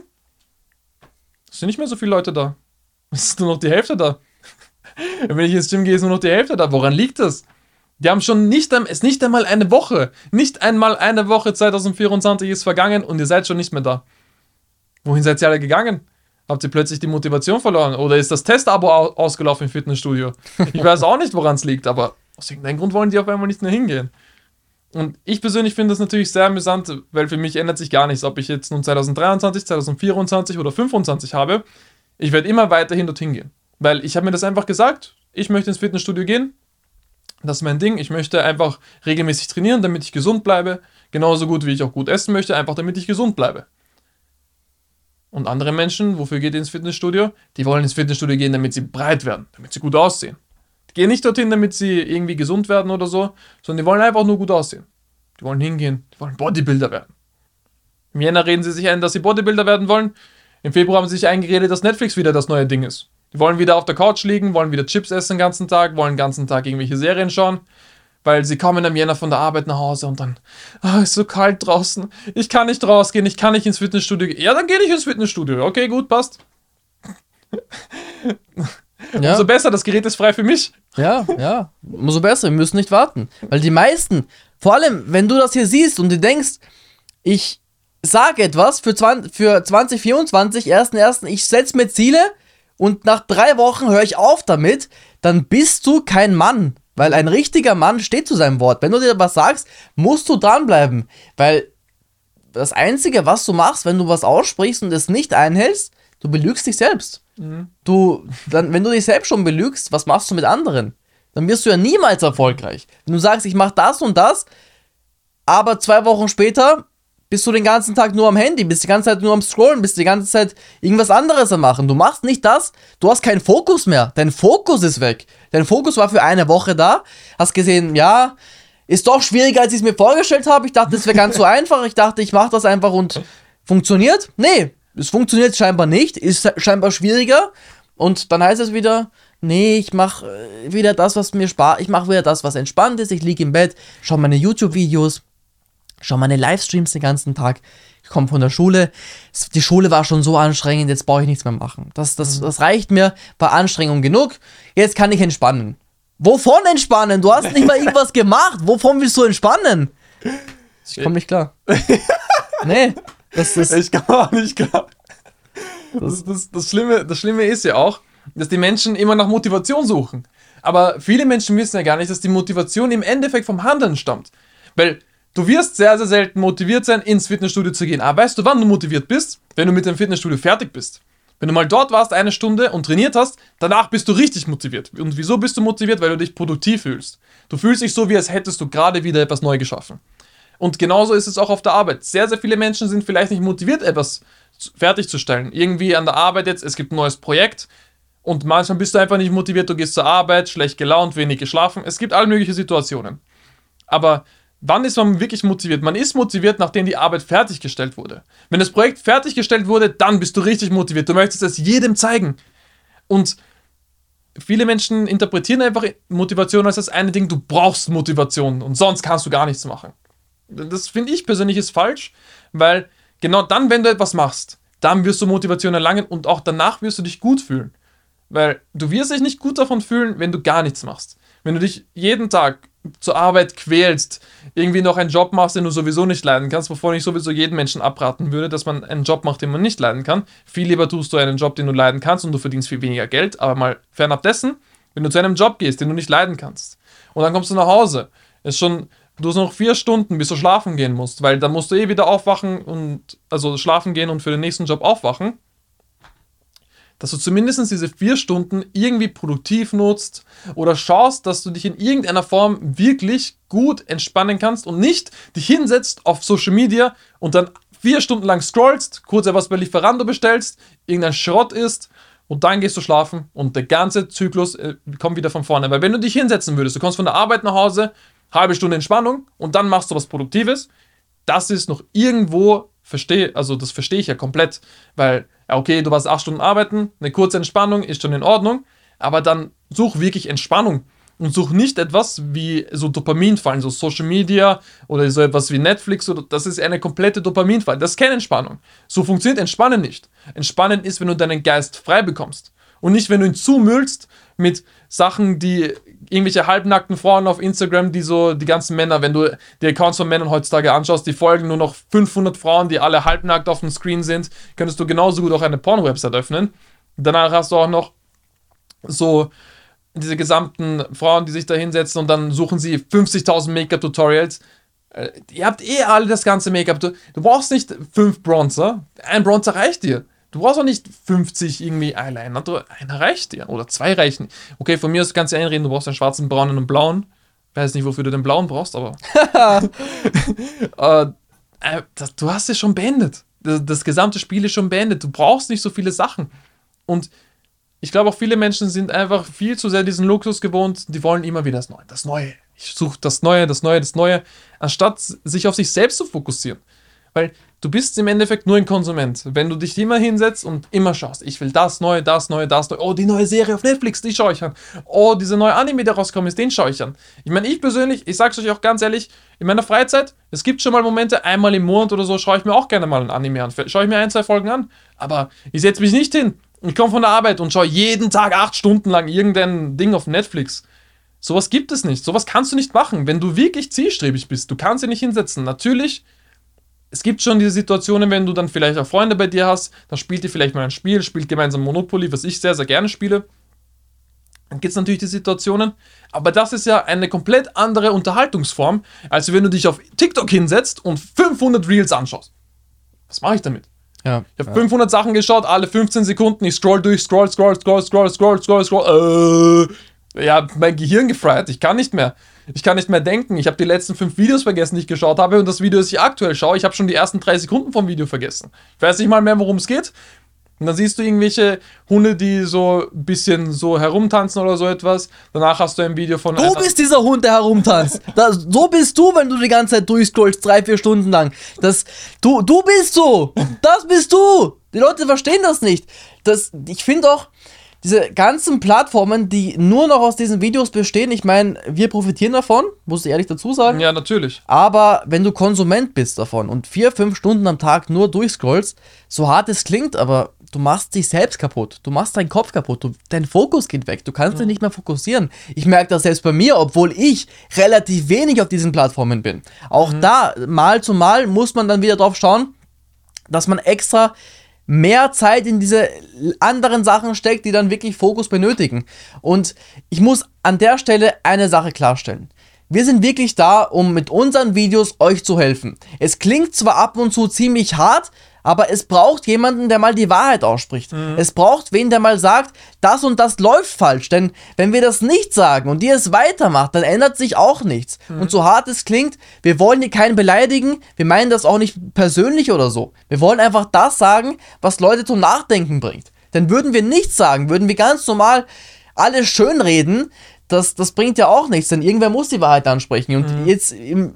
Es sind nicht mehr so viele Leute da. Es ist nur noch die Hälfte da. Wenn ich ins Gym gehe, ist nur noch die Hälfte da. Woran liegt das? Die haben schon nicht einmal eine Woche. Nicht einmal eine Woche 2024 ist vergangen und ihr seid schon nicht mehr da. Wohin seid ihr alle gegangen? Habt ihr plötzlich die Motivation verloren? Oder ist das Testabo ausgelaufen im Fitnessstudio? Ich weiß auch nicht, woran es liegt, aber aus irgendeinem Grund wollen die auf einmal nicht mehr hingehen. Und ich persönlich finde das natürlich sehr amüsant, weil für mich ändert sich gar nichts, ob ich jetzt nun 2023, 2024 oder 2025 habe. Ich werde immer weiterhin dorthin gehen. Weil ich habe mir das einfach gesagt, ich möchte ins Fitnessstudio gehen. Das ist mein Ding. Ich möchte einfach regelmäßig trainieren, damit ich gesund bleibe. Genauso gut, wie ich auch gut essen möchte, einfach damit ich gesund bleibe. Und andere Menschen, wofür geht ihr ins Fitnessstudio? Die wollen ins Fitnessstudio gehen, damit sie breit werden, damit sie gut aussehen. Die gehen nicht dorthin, damit sie irgendwie gesund werden oder so, sondern die wollen einfach nur gut aussehen. Die wollen hingehen, die wollen Bodybuilder werden. Im Jänner reden sie sich ein, dass sie Bodybuilder werden wollen. Im Februar haben sie sich eingeredet, dass Netflix wieder das neue Ding ist. Die wollen wieder auf der Couch liegen, wollen wieder Chips essen den ganzen Tag, wollen den ganzen Tag irgendwelche Serien schauen, weil sie kommen im Jänner von der Arbeit nach Hause und dann, ist so kalt draußen, ich kann nicht rausgehen, ich kann nicht ins Fitnessstudio gehen. Ja, dann geh nicht ins Fitnessstudio. Okay, gut, passt. Ja. Umso besser, das Gerät ist frei für mich. Ja, umso besser, wir müssen nicht warten. Weil die meisten, vor allem, wenn du das hier siehst und du denkst, ich sage etwas für 2024, 1.1., ich setze mir Ziele und nach 3 Wochen höre ich auf damit, dann bist du kein Mann. Weil ein richtiger Mann steht zu seinem Wort. Wenn du dir was sagst, musst du dranbleiben. Weil das Einzige, was du machst, wenn du was aussprichst und es nicht einhältst, du belügst dich selbst. Wenn du dich selbst schon belügst, was machst du mit anderen? Dann wirst du ja niemals erfolgreich. Wenn du sagst, ich mache das und das, aber 2 Wochen später bist du den ganzen Tag nur am Handy, bist die ganze Zeit nur am Scrollen, bist die ganze Zeit irgendwas anderes am machen. Du machst nicht das, du hast keinen Fokus mehr. Dein Fokus ist weg. Dein Fokus war für eine Woche da, hast gesehen, ja, ist doch schwieriger, als ich es mir vorgestellt habe. Ich dachte, es wäre ganz so einfach. Ich dachte, ich mache das einfach und funktioniert. Nee, es funktioniert scheinbar nicht, ist scheinbar schwieriger. Und dann heißt es wieder, nee, ich mache wieder das, was mir Spaß, ich mache wieder das, was entspannt ist. Ich liege im Bett, schaue meine YouTube-Videos, schaue meine Livestreams den ganzen Tag. Ich komme von der Schule. Die Schule war schon so anstrengend, jetzt brauche ich nichts mehr machen. Das reicht mir, war Anstrengung genug. Jetzt kann ich entspannen. Wovon entspannen? Du hast nicht mal irgendwas gemacht. Wovon willst du entspannen? Ich komme nicht klar. Nee, das ist... Ich komme auch nicht klar. Das Schlimme ist ja auch, dass die Menschen immer nach Motivation suchen. Aber viele Menschen wissen ja gar nicht, dass die Motivation im Endeffekt vom Handeln stammt. Weil du wirst sehr, sehr selten motiviert sein, ins Fitnessstudio zu gehen. Aber weißt du, wann du motiviert bist? Wenn du mit dem Fitnessstudio fertig bist. Wenn du mal dort warst, 1 Stunde und trainiert hast, danach bist du richtig motiviert. Und wieso bist du motiviert? Weil du dich produktiv fühlst. Du fühlst dich so, wie als hättest du gerade wieder etwas neu geschaffen. Und genauso ist es auch auf der Arbeit. Sehr, sehr viele Menschen sind vielleicht nicht motiviert, etwas fertigzustellen. Irgendwie an der Arbeit jetzt, es gibt ein neues Projekt und manchmal bist du einfach nicht motiviert, du gehst zur Arbeit, schlecht gelaunt, wenig geschlafen. Es gibt alle möglichen Situationen. Aber wann ist man wirklich motiviert? Man ist motiviert, nachdem die Arbeit fertiggestellt wurde. Wenn das Projekt fertiggestellt wurde, dann bist du richtig motiviert. Du möchtest es jedem zeigen. Und viele Menschen interpretieren einfach Motivation als das eine Ding, du brauchst Motivation und sonst kannst du gar nichts machen. Das finde ich persönlich ist falsch, weil genau dann, wenn du etwas machst, dann wirst du Motivation erlangen und auch danach wirst du dich gut fühlen. Weil du wirst dich nicht gut davon fühlen, wenn du gar nichts machst. Wenn du dich jeden Tag zur Arbeit quälst, irgendwie noch einen Job machst, den du sowieso nicht leiden kannst, wovon ich sowieso jedem Menschen abraten würde, dass man einen Job macht, den man nicht leiden kann. Viel lieber tust du einen Job, den du leiden kannst und du verdienst viel weniger Geld, aber mal fernab dessen, wenn du zu einem Job gehst, den du nicht leiden kannst und dann kommst du nach Hause, du hast noch 4 Stunden, bis du schlafen gehen musst, weil dann musst du wieder aufwachen und also schlafen gehen und für den nächsten Job aufwachen, dass du zumindest diese 4 Stunden irgendwie produktiv nutzt oder schaust, dass du dich in irgendeiner Form wirklich gut entspannen kannst und nicht dich hinsetzt auf Social Media und dann 4 Stunden lang scrollst, kurz etwas bei Lieferando bestellst, irgendein Schrott isst und dann gehst du schlafen und der ganze Zyklus kommt wieder von vorne. Weil wenn du dich hinsetzen würdest, du kommst von der Arbeit nach Hause, halbe Stunde Entspannung und dann machst du was Produktives, das ist noch irgendwo, das verstehe ich ja komplett, weil, ja okay, du warst 8 Stunden arbeiten, eine kurze Entspannung ist schon in Ordnung, aber dann such wirklich Entspannung und such nicht etwas wie so Dopaminfallen, so Social Media oder so etwas wie Netflix, oder das ist eine komplette Dopaminfalle, das ist keine Entspannung. So funktioniert Entspannen nicht. Entspannen ist, wenn du deinen Geist frei bekommst und nicht, wenn du ihn zumüllst mit Sachen, die irgendwelche halbnackten Frauen auf Instagram, die so, die ganzen Männer, wenn du die Accounts von Männern heutzutage anschaust, die folgen nur noch 500 Frauen, die alle halbnackt auf dem Screen sind, könntest du genauso gut auch eine Porno-Website öffnen. Danach hast du auch noch so diese gesamten Frauen, die sich da hinsetzen und dann suchen sie 50.000 Make-up-Tutorials. Ihr habt alle das ganze Make-up. Du brauchst nicht 5 Bronzer. Ein Bronzer reicht dir. Du brauchst auch nicht 50 irgendwie Eyeliner. Einer reicht dir. Oder 2 reichen. Okay, von mir aus kannst du einreden, du brauchst einen schwarzen, braunen und blauen. Ich weiß nicht, wofür du den blauen brauchst, aber... du hast es schon beendet. Das gesamte Spiel ist schon beendet. Du brauchst nicht so viele Sachen. Und ich glaube auch viele Menschen sind einfach viel zu sehr diesen Luxus gewohnt. Die wollen immer wieder das Neue. Das Neue. Ich suche das Neue, das Neue, das Neue. Anstatt sich auf sich selbst zu fokussieren. Weil du bist im Endeffekt nur ein Konsument. Wenn du dich immer hinsetzt und immer schaust, ich will das Neue, das Neue, das Neue. Oh, die neue Serie auf Netflix, die schaue ich an. Oh, diese neue Anime, der rausgekommen ist, den schaue ich an. Ich meine, ich persönlich, ich sag's euch auch ganz ehrlich, in meiner Freizeit, es gibt schon mal Momente, einmal im Monat oder so, schaue ich mir auch gerne mal ein Anime an. Schaue ich mir 1, 2 Folgen an. Aber ich setze mich nicht hin. Ich komme von der Arbeit und schaue jeden Tag 8 Stunden lang irgendein Ding auf Netflix. Sowas gibt es nicht. Sowas kannst du nicht machen, wenn du wirklich zielstrebig bist. Du kannst dich nicht hinsetzen. Natürlich, es gibt schon diese Situationen, wenn du dann vielleicht auch Freunde bei dir hast, dann spielt ihr vielleicht mal ein Spiel, spielt gemeinsam Monopoly, was ich sehr, sehr gerne spiele. Dann gibt es natürlich die Situationen, aber das ist ja eine komplett andere Unterhaltungsform, als wenn du dich auf TikTok hinsetzt und 500 Reels anschaust. Was mache ich damit? Ja. Ich habe 500 Sachen geschaut, alle 15 Sekunden, ich scroll durch, scroll. Ja, mein Gehirn gefried, ich kann nicht mehr. Ich kann nicht mehr denken. Ich habe die letzten 5 Videos vergessen, die ich geschaut habe, und das Video, das ich aktuell schaue, ich habe schon die ersten 3 Sekunden vom Video vergessen. Ich weiß nicht mal mehr, worum es geht. Und dann siehst du irgendwelche Hunde, die so ein bisschen so herumtanzen oder so etwas. Danach hast du ein Video von... Du bist dieser Hund, der herumtanzt. So bist du, wenn du die ganze Zeit durchscrollst, 3-4 Stunden lang. Du bist so. Das bist du. Die Leute verstehen das nicht. Ich finde auch, diese ganzen Plattformen, die nur noch aus diesen Videos bestehen, ich meine, wir profitieren davon, muss ich ehrlich dazu sagen. Ja, natürlich. Aber wenn du Konsument bist davon und 4-5 Stunden am Tag nur durchscrollst, so hart es klingt, aber du machst dich selbst kaputt. Du machst deinen Kopf kaputt. Dein Fokus geht weg. Du kannst dich nicht mehr fokussieren. Ich merke das selbst bei mir, obwohl ich relativ wenig auf diesen Plattformen bin. Auch da, mal zu Mal, muss man dann wieder drauf schauen, dass man extra mehr Zeit in diese anderen Sachen steckt, die dann wirklich Fokus benötigen. Und ich muss an der Stelle eine Sache klarstellen. Wir sind wirklich da, um mit unseren Videos euch zu helfen. Es klingt zwar ab und zu ziemlich hart, aber es braucht jemanden, der mal die Wahrheit ausspricht. Es braucht wen, der mal sagt, das und das läuft falsch. Denn wenn wir das nicht sagen und ihr es weitermacht, dann ändert sich auch nichts. Und so hart es klingt, wir wollen hier keinen beleidigen, wir meinen das auch nicht persönlich oder so. Wir wollen einfach das sagen, was Leute zum Nachdenken bringt. Denn würden wir nichts sagen, würden wir ganz normal alles schönreden, das bringt ja auch nichts, denn irgendwer muss die Wahrheit ansprechen. Und jetzt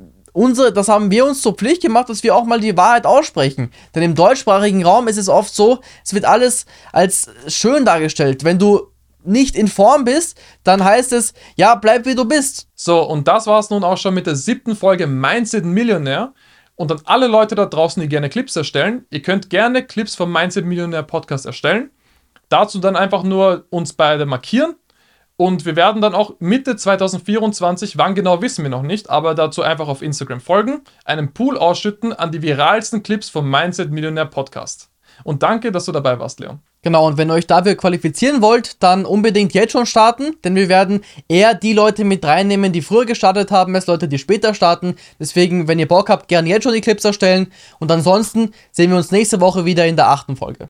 das haben wir uns zur Pflicht gemacht, dass wir auch mal die Wahrheit aussprechen. Denn im deutschsprachigen Raum ist es oft so, es wird alles als schön dargestellt. Wenn du nicht in Form bist, dann heißt es, ja, bleib wie du bist. So, und das war es nun auch schon mit der 7. Folge Mindset Millionär. Und an alle Leute da draußen, die gerne Clips erstellen, ihr könnt gerne Clips vom Mindset Millionär Podcast erstellen. Dazu dann einfach nur uns beide markieren. Und wir werden dann auch Mitte 2024, wann genau wissen wir noch nicht, aber dazu einfach auf Instagram folgen, einen Pool ausschütten an die viralsten Clips vom Mindset Millionär Podcast. Und danke, dass du dabei warst, Leon. Genau, und wenn ihr euch dafür qualifizieren wollt, dann unbedingt jetzt schon starten, denn wir werden eher die Leute mit reinnehmen, die früher gestartet haben, als Leute, die später starten. Deswegen, wenn ihr Bock habt, gerne jetzt schon die Clips erstellen. Und ansonsten sehen wir uns nächste Woche wieder in der 8. Folge.